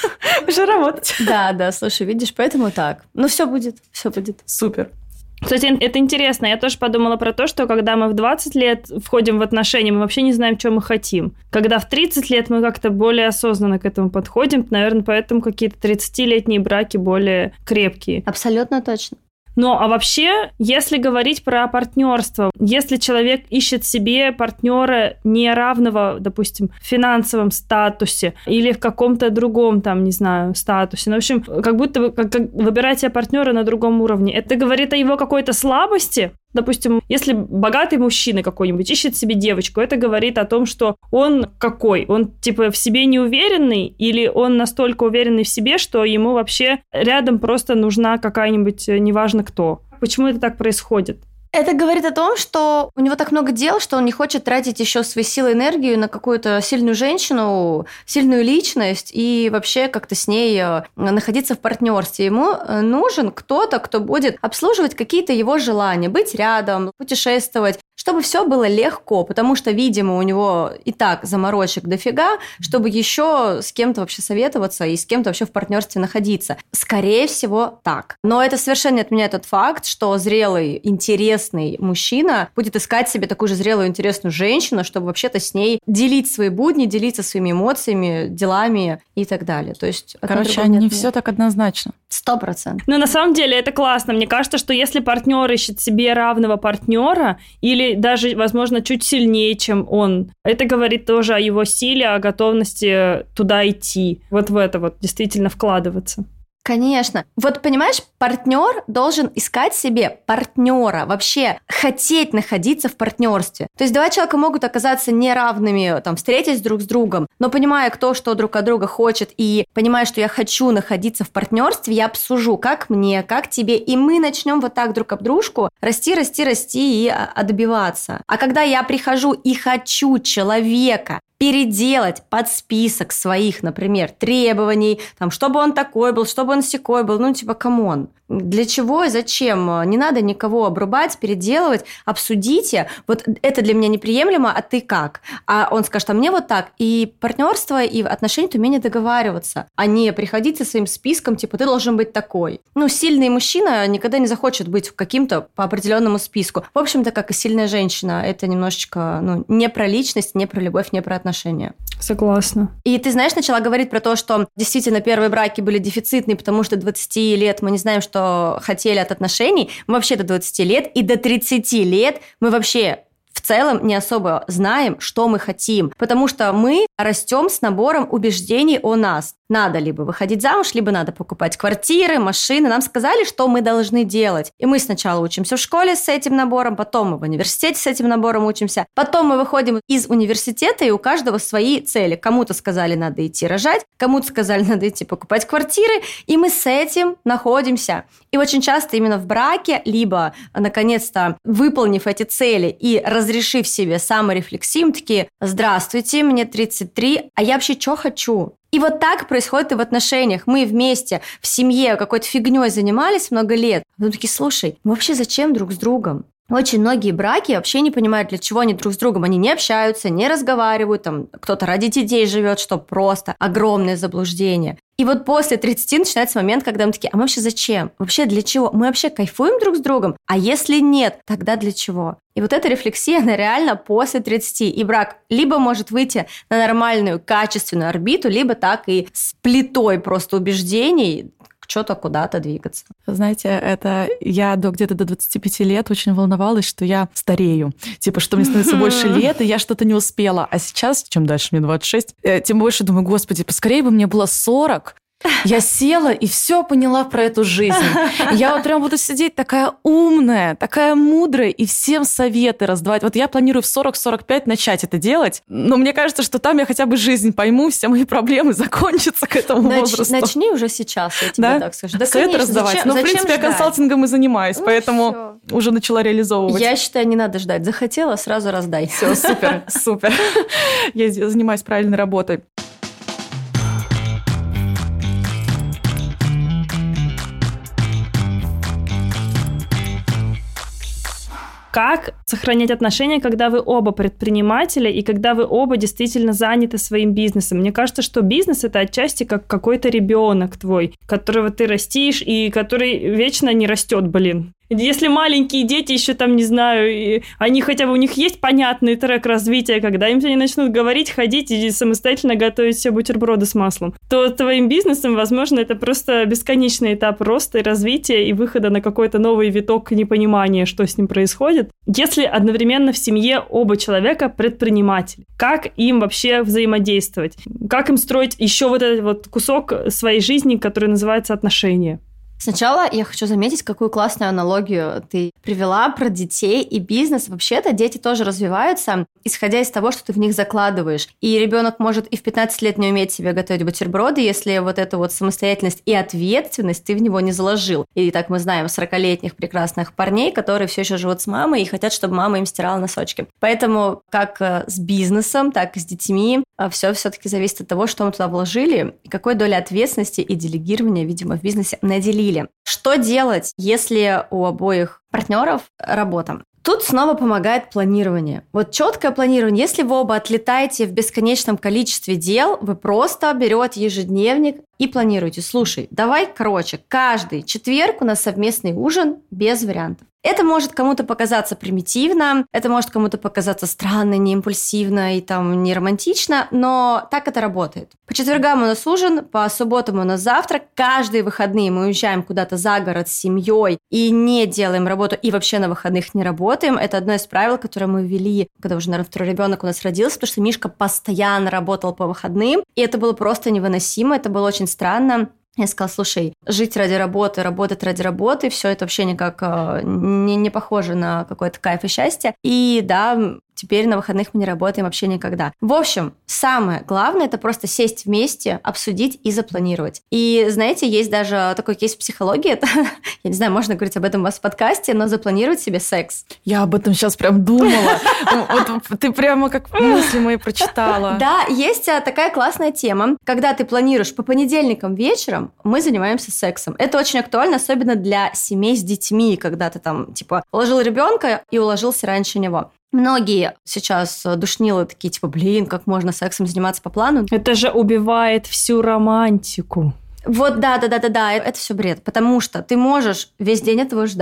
Уже работать. Да, слушай, видишь, поэтому так. Ну, все будет. Супер. Кстати, это интересно. Я тоже подумала про то, что когда мы в 20 лет входим в отношения, мы вообще не знаем, что мы хотим. Когда в 30 лет мы как-то более осознанно к этому подходим, наверное, поэтому какие-то 30-летние браки более крепкие. Абсолютно точно. Ну, а вообще, если говорить про партнерство, если человек ищет себе партнера не равного, допустим, в финансовом статусе или в каком-то другом, там, не знаю, статусе, ну, в общем, как будто бы как выбирать себе партнера на другом уровне, это говорит о его какой-то слабости. Допустим, если богатый мужчина какой-нибудь ищет себе девочку, это говорит о том, что он какой? Он типа в себе неуверенный или он настолько уверенный в себе, что ему вообще рядом просто нужна какая-нибудь неважно кто? Почему это так происходит? Это говорит о том, что у него так много дел, что он не хочет тратить еще свои силы и энергию на какую-то сильную женщину, сильную личность и вообще как-то с ней находиться в партнерстве. Ему нужен кто-то, кто будет обслуживать какие-то его желания, быть рядом, путешествовать, чтобы все было легко, потому что, видимо, у него и так заморочек дофига, чтобы еще с кем-то вообще советоваться и с кем-то вообще в партнерстве находиться. Скорее всего, так. Но это совершенно не отменяет тот факт, что зрелый, интересный мужчина будет искать себе такую же зрелую, интересную женщину, чтобы вообще-то с ней делить свои будни, делиться своими эмоциями, делами и так далее. То есть, короче, не все так однозначно. 100%. Но на самом деле это классно. Мне кажется, что если партнер ищет себе равного партнера или даже, возможно, чуть сильнее, чем он, это говорит тоже о его силе, о готовности туда идти. Вот в это вот действительно вкладываться. Конечно. Вот понимаешь, партнер должен искать себе партнера, вообще хотеть находиться в партнерстве. То есть два человека могут оказаться неравными, там, встретясь друг с другом, но понимая, кто что друг от друга хочет, и понимая, что я хочу находиться в партнерстве, я обсужу, как мне, как тебе, и мы начнем вот так друг об дружку расти и отбиваться. А когда я прихожу и хочу человека переделать под список своих, например, требований, там, чтобы он такой был, чтобы он сякой был, ну, типа, камон. Для чего и зачем? Не надо никого обрубать, переделывать, обсудите. Вот это для меня неприемлемо, а ты как? А он скажет, а мне вот так. И партнерство, и отношения – это умение договариваться, а не приходить со своим списком, типа, ты должен быть такой. Ну, сильный мужчина никогда не захочет быть каким-то по определенному списку. В общем-то, как и сильная женщина, это немножечко, ну, не про личность, не про любовь, не про отношения. Согласна. И ты, знаешь, начала говорить про то, что действительно первые браки были дефицитные, потому что до 20 лет мы не знаем, что хотели от отношений. Мы вообще до 20 лет, и до 30 лет мы вообще в целом не особо знаем, что мы хотим, потому что мы растем с набором убеждений о нас. Надо либо выходить замуж, либо надо покупать квартиры, машины. Нам сказали, что мы должны делать. И мы сначала учимся в школе с этим набором, потом мы в университете с этим набором учимся, потом мы выходим из университета, и у каждого свои цели. Кому-то сказали, надо идти рожать, кому-то сказали, надо идти покупать квартиры, и мы с этим находимся. И очень часто именно в браке, либо, наконец-то, выполнив эти цели и разрешив себе саморефлексию, такие: здравствуйте, мне 33, а я вообще что хочу? И вот так происходит и в отношениях. Мы вместе в семье какой-то фигней занимались много лет. А потом такие: слушай, мы вообще зачем друг с другом? Очень многие браки вообще не понимают, для чего они друг с другом. Они не общаются, не разговаривают, там кто-то ради детей живет, что просто огромное заблуждение. И вот после 30 начинается момент, когда мы такие: а мы вообще зачем? Вообще для чего? Мы вообще кайфуем друг с другом? А если нет, тогда для чего? И вот эта рефлексия, она реально после 30. И брак либо может выйти на нормальную, качественную орбиту, либо так и с плитой просто убеждений что-то куда-то двигаться. Знаете, это я где-то до 25 лет очень волновалась, что я старею. Типа, что мне становится больше лет, и я что-то не успела. А сейчас, чем дальше мне 26, тем больше думаю: господи, поскорее бы мне было 40. Я села и все поняла про эту жизнь. Я вот прям буду сидеть такая умная, такая мудрая и всем советы раздавать. Вот я планирую в 40-45 начать это делать, но мне кажется, что там я хотя бы жизнь пойму, все мои проблемы закончатся к этому возрасту. Начни уже сейчас, я тебе так скажу. Да, советы раздавать. Зачем, но, в принципе, я консалтингом и занимаюсь, поэтому уже начала реализовывать. Я считаю, не надо ждать. Захотела, сразу раздай. Все, супер. Я занимаюсь правильной работой. Как сохранять отношения, когда вы оба предприниматели и когда вы оба действительно заняты своим бизнесом? Мне кажется, что бизнес – это отчасти как какой-то ребенок твой, которого ты растишь и который вечно не растет, блин. Если маленькие дети еще там, не знаю, они хотя бы, у них есть понятный трек развития, когда им они начнут говорить, ходить и самостоятельно готовить себе бутерброды с маслом, то твоим бизнесом, возможно, это просто бесконечный этап роста и развития и выхода на какой-то новый виток непонимания, что с ним происходит. Если одновременно в семье оба человека предприниматели, как им вообще взаимодействовать? Как им строить еще вот этот вот кусок своей жизни, который называется отношения? Сначала я хочу заметить, какую классную аналогию ты привела про детей и бизнес. Вообще-то дети тоже развиваются, исходя из того, что ты в них закладываешь. И ребенок может и в 15 лет не уметь себе готовить бутерброды, если вот эту вот самостоятельность и ответственность ты в него не заложил. И так мы знаем 40-летних прекрасных парней, которые все еще живут с мамой и хотят, чтобы мама им стирала носочки. Поэтому как с бизнесом, так и с детьми все все-таки зависит от того, что мы туда вложили, и какой долей ответственности и делегирования, видимо, в бизнесе наделили. Что делать, если у обоих партнеров работа? Тут снова помогает планирование. Вот четкое планирование. Если вы оба отлетаете в бесконечном количестве дел, вы просто берете ежедневник и планируете. Слушай, давай, каждый четверг у нас совместный ужин без вариантов. Это может кому-то показаться примитивно, это может кому-то показаться странно, неимпульсивно и там не романтично, но так это работает. По четвергам у нас ужин, по субботам у нас завтрак, каждые выходные мы уезжаем куда-то за город с семьей и не делаем работу, и вообще на выходных не работаем. Это одно из правил, которое мы ввели, когда уже, наверное, второй ребенок у нас родился, потому что Мишка постоянно работал по выходным, и это было просто невыносимо, это было очень странно. Я сказала: слушай, жить ради работы, работать ради работы, все это вообще никак не похоже на какой-то кайф и счастье. И да, теперь на выходных мы не работаем вообще никогда. В общем, самое главное – это просто сесть вместе, обсудить и запланировать. И, знаете, есть даже такой кейс в психологии, это, я не знаю, можно говорить об этом у вас в подкасте, но запланировать себе секс. Я об этом сейчас прям думала. Вот ты прямо как мысли мои прочитала. Да, есть такая классная тема, когда ты планируешь по понедельникам вечером, мы занимаемся сексом. Это очень актуально, особенно для семей с детьми, когда ты там, типа, уложил ребенка и уложился раньше него. Многие сейчас душнилы такие, типа, блин, как можно сексом заниматься по плану? Это же убивает всю романтику. Вот, да, это все бред, потому что ты можешь весь день этого ждать.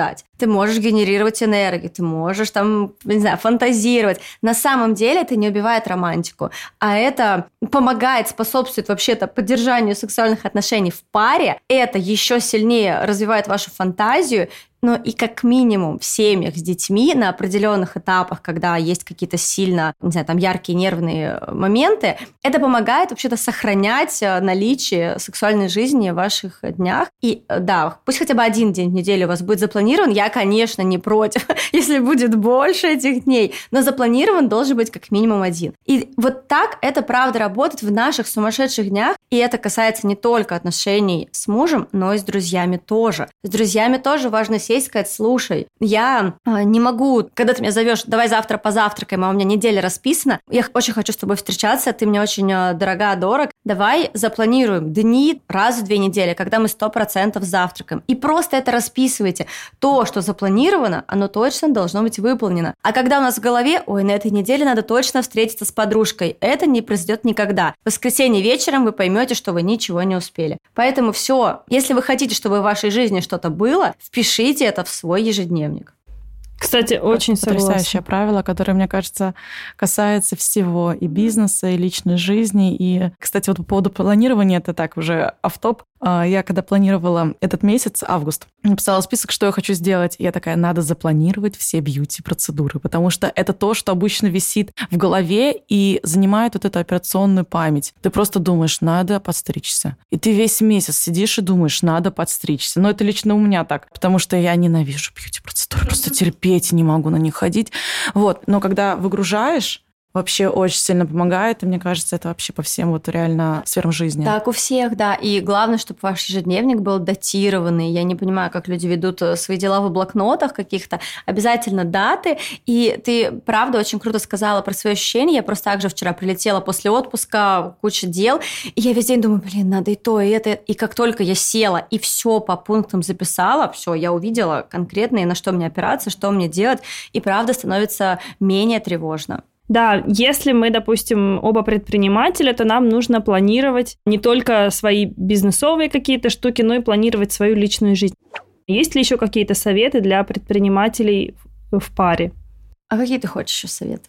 ты можешь генерировать энергию, ты можешь там, не знаю, фантазировать. На самом деле это не убивает романтику, а это помогает, способствует вообще-то поддержанию сексуальных отношений в паре. Это еще сильнее развивает вашу фантазию. Но и как минимум в семьях с детьми на определенных этапах, когда есть какие-то сильно, не знаю, там яркие нервные моменты, это помогает вообще-то сохранять наличие сексуальной жизни в ваших днях. И да, пусть хотя бы один день в неделю у вас будет запланирован, я, конечно, не против, если будет больше этих дней, но запланирован должен быть как минимум один. И вот так это правда работает в наших сумасшедших днях, и это касается не только отношений с мужем, но и с друзьями тоже. С друзьями тоже важно сесть и сказать: слушай, я не могу, когда ты меня зовешь, давай завтра позавтракаем, а у меня неделя расписана, я очень хочу с тобой встречаться, ты мне очень дорог, давай запланируем дни раз в 2 недели, когда мы 100% завтракаем. И просто это расписывайте. То, что запланировано, оно точно должно быть выполнено. А когда у нас в голове, ой, на этой неделе надо точно встретиться с подружкой, это не произойдет никогда. В воскресенье вечером вы поймете, что вы ничего не успели. Поэтому все, если вы хотите, чтобы в вашей жизни что-то было, впишите это в свой ежедневник. Кстати, очень согласна. Потрясающее правило, которое, мне кажется, касается всего, и бизнеса, и личной жизни. И, кстати, вот по поводу планирования, это так уже офф-топ. Я когда планировала этот месяц, август, написала список, что я хочу сделать. И я такая: надо запланировать все бьюти-процедуры, потому что это то, что обычно висит в голове и занимает вот эту операционную память. Ты просто думаешь: надо подстричься. И ты весь месяц сидишь и думаешь: надо подстричься. Но это лично у меня так, потому что я ненавижу бьюти-процедуры, просто терпеть не могу на них ходить. Вот. Но когда выгружаешь, вообще очень сильно помогает, и мне кажется, это вообще по всем вот реально сферам жизни. Так, у всех, да. И главное, чтобы ваш ежедневник был датированный. Я не понимаю, как люди ведут свои дела в блокнотах каких-то. Обязательно даты. И ты, правда, очень круто сказала про свои ощущения. Я просто также вчера прилетела после отпуска, куча дел. И я весь день думаю: блин, надо и то, и это. И как только я села и все по пунктам записала, все, я увидела конкретно, и на что мне опираться, что мне делать. И правда становится менее тревожно. Да, если мы, допустим, оба предпринимателя, то нам нужно планировать не только свои бизнесовые какие-то штуки, но и планировать свою личную жизнь. Есть ли еще какие-то советы для предпринимателей в паре? А какие ты хочешь еще советы?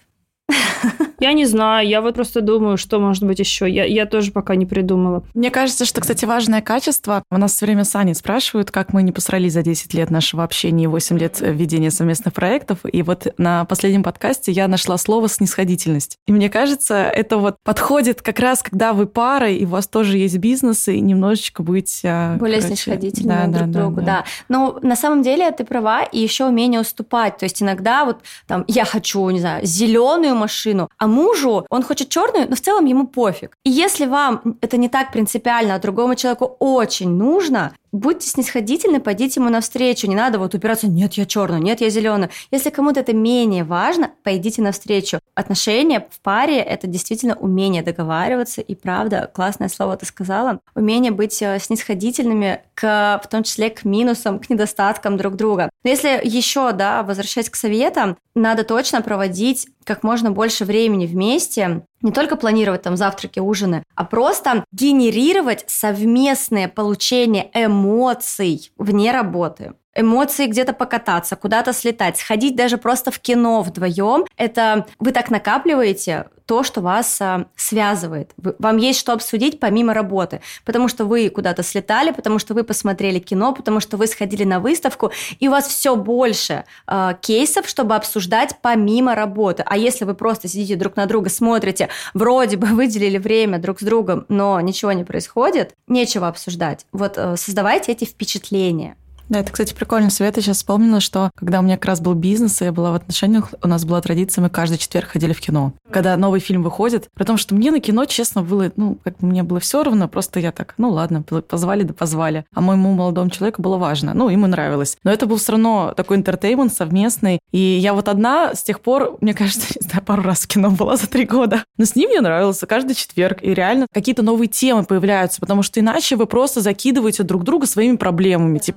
Я не знаю, я вот просто думаю, что может быть еще. Я тоже пока не придумала. Мне кажется, что, кстати, важное качество. У нас все время с Аней спрашивают, как мы не посрались за 10 лет нашего общения и 8 лет ведения совместных проектов. И вот на последнем подкасте я нашла слово «снисходительность». И мне кажется, это вот подходит как раз, когда вы пара, и у вас тоже есть бизнес, и немножечко быть... более снисходительными друг другу, да. Но на самом деле ты права, и еще умение уступать. То есть иногда вот там я хочу, не знаю, зеленую машину, а мужу он хочет черную, но в целом ему пофиг. И если вам это не так принципиально, а другому человеку очень нужно, будьте снисходительны, пойдите ему навстречу. Не надо вот упираться: нет, я черную, нет, я зеленую. Если кому-то это менее важно, пойдите навстречу. Отношения в паре – это действительно умение договариваться. И правда, классное слово ты сказала. Умение быть снисходительными, в том числе к минусам, к недостаткам друг друга. Но если еще, да, возвращаясь к советам, надо точно проводить как можно больше времени вместе, не только планировать там завтраки, ужины, а просто генерировать совместное получение эмоций вне работы. Эмоции где-то покататься, куда-то слетать, сходить даже просто в кино вдвоем. Это вы так накапливаете то, что вас связывает. Вам есть что обсудить помимо работы, потому что вы куда-то слетали, потому что вы посмотрели кино, потому что вы сходили на выставку, и у вас все больше кейсов, чтобы обсуждать помимо работы. А если вы просто сидите друг на друга, смотрите, вроде бы выделили время друг с другом, но ничего не происходит, нечего обсуждать. Вот создавайте эти впечатления. Да, это, кстати, прикольный совет. Я сейчас вспомнила, что когда у меня как раз был бизнес, и я была в отношениях, у нас была традиция, мы каждый четверг ходили в кино. Когда новый фильм выходит, при том, что мне на кино, честно, было, как бы мне было все равно, просто я так, ладно, позвали, да позвали. А моему молодому человеку было важно, ему нравилось. Но это был все равно такой интертеймент совместный. И я вот одна с тех пор, мне кажется, не знаю, пару раз в кино была за 3 года. Но с ним мне нравился каждый четверг. И реально какие-то новые темы появляются, потому что иначе вы просто закидываете друг друга своими проблемами. Типа, у меня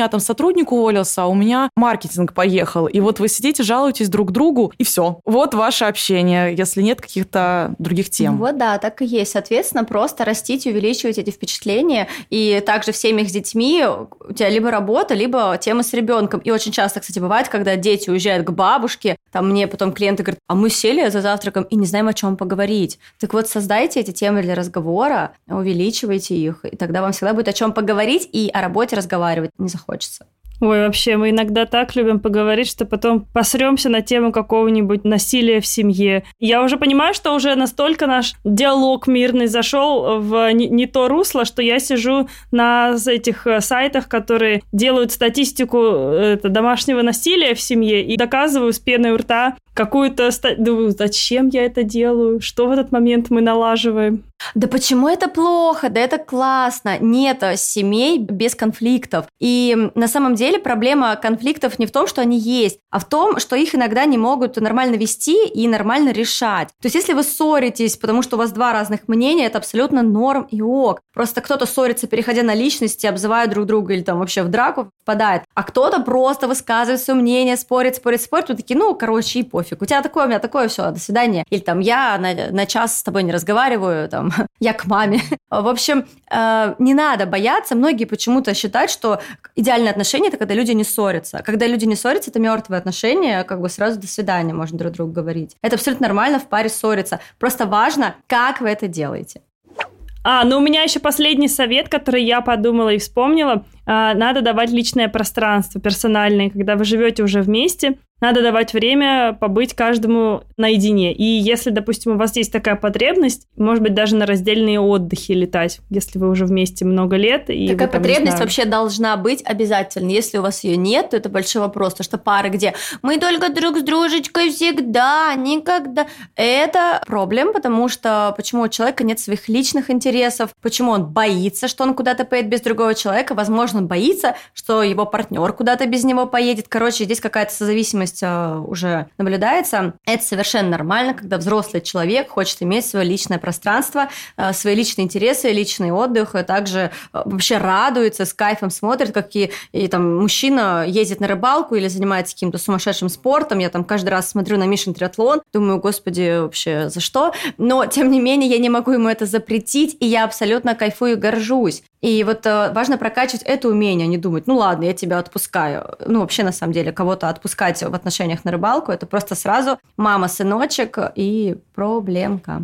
меня там сотрудник уволился, а у меня маркетинг поехал. И вот вы сидите, жалуетесь друг другу, и все. Вот ваше общение, если нет каких-то других тем. Вот да, так и есть. Соответственно, просто растите, увеличивайте эти впечатления. И также в семьях с детьми у тебя либо работа, либо тема с ребенком. И очень часто, кстати, бывает, когда дети уезжают к бабушке, там мне потом клиенты говорят, а мы сели за завтраком и не знаем, о чем поговорить. Так вот, создайте эти темы для разговора, увеличивайте их, и тогда вам всегда будет о чем поговорить, и о работе разговаривать не захочется. Ой, вообще, мы иногда так любим поговорить, что потом посрёмся на тему какого-нибудь насилия в семье. Я уже понимаю, что уже настолько наш диалог мирный зашел в не то русло, что я сижу на этих сайтах, которые делают статистику домашнего насилия в семье, и доказываю с пеной у рта какую-то... Думаю, зачем я это делаю? Что в этот момент мы налаживаем? Да почему это плохо? Да это классно. Нет семей без конфликтов. И на самом деле проблема конфликтов не в том, что они есть, а в том, что их иногда не могут нормально вести и нормально решать. То есть если вы ссоритесь, потому что у вас два разных мнения, это абсолютно норм и ок. Просто кто-то ссорится, переходя на личности, обзывая друг друга или там вообще в драку впадает, а кто-то просто высказывает свое мнение, спорит. Вы такие, и пофиг. У тебя такое, у меня такое, все, до свидания. Или там я на час с тобой не разговариваю, там, я к маме. В общем, не надо бояться. Многие почему-то считают, что идеальные отношения – это когда люди не ссорятся. Когда люди не ссорятся, это мертвые отношения, сразу до свидания можно друг другу говорить. Это абсолютно нормально в паре ссориться. Просто важно, как вы это делаете. У меня еще последний совет, который я подумала и вспомнила. Надо давать личное пространство, персональное, когда вы живете уже вместе. Надо давать время побыть каждому наедине. И если, допустим, у вас есть такая потребность, может быть, даже на раздельные отдыхи летать, если вы уже вместе много лет. И такая потребность вообще должна быть обязательно. Если у вас ее нет, то это большой вопрос. Потому что пары, где мы только друг с дружечкой всегда, никогда. Это проблема, потому что почему у человека нет своих личных интересов, почему он боится, что он куда-то поедет без другого человека, возможно, он боится, что его партнер куда-то без него поедет. Здесь какая-то созависимость уже наблюдается. Это совершенно нормально, когда взрослый человек хочет иметь свое личное пространство, свои личные интересы, личный отдых, и также вообще радуется, с кайфом смотрит, как и там мужчина ездит на рыбалку или занимается каким-то сумасшедшим спортом. Я там каждый раз смотрю на Мишин триатлон, думаю, господи, вообще за что? Но, тем не менее, я не могу ему это запретить, и я абсолютно кайфую и горжусь. И вот важно прокачивать это умение, а не думать, ладно, я тебя отпускаю. Вообще, на самом деле, кого-то отпускать в отношениях на рыбалку, это просто сразу мама, сыночек и проблемка.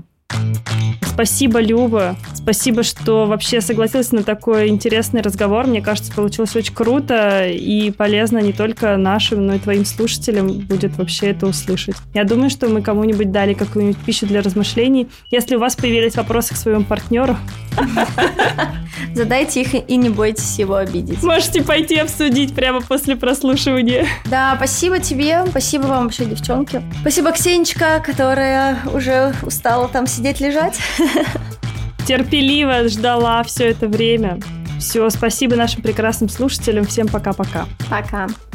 Спасибо, Люба. Спасибо, что вообще согласилась на такой интересный разговор. Мне кажется, получилось очень круто и полезно не только нашим, но и твоим слушателям будет вообще это услышать. Я думаю, что мы кому-нибудь дали какую-нибудь пищу для размышлений. Если у вас появились вопросы к своему партнеру, задайте их и не бойтесь его обидеть. Можете пойти обсудить прямо после прослушивания. Да, спасибо тебе, спасибо вам вообще, девчонки. Спасибо, Ксенечка, которая уже устала там сидеть, лежать. Терпеливо ждала все это время. Все, спасибо нашим прекрасным слушателям. Всем пока-пока. Пока.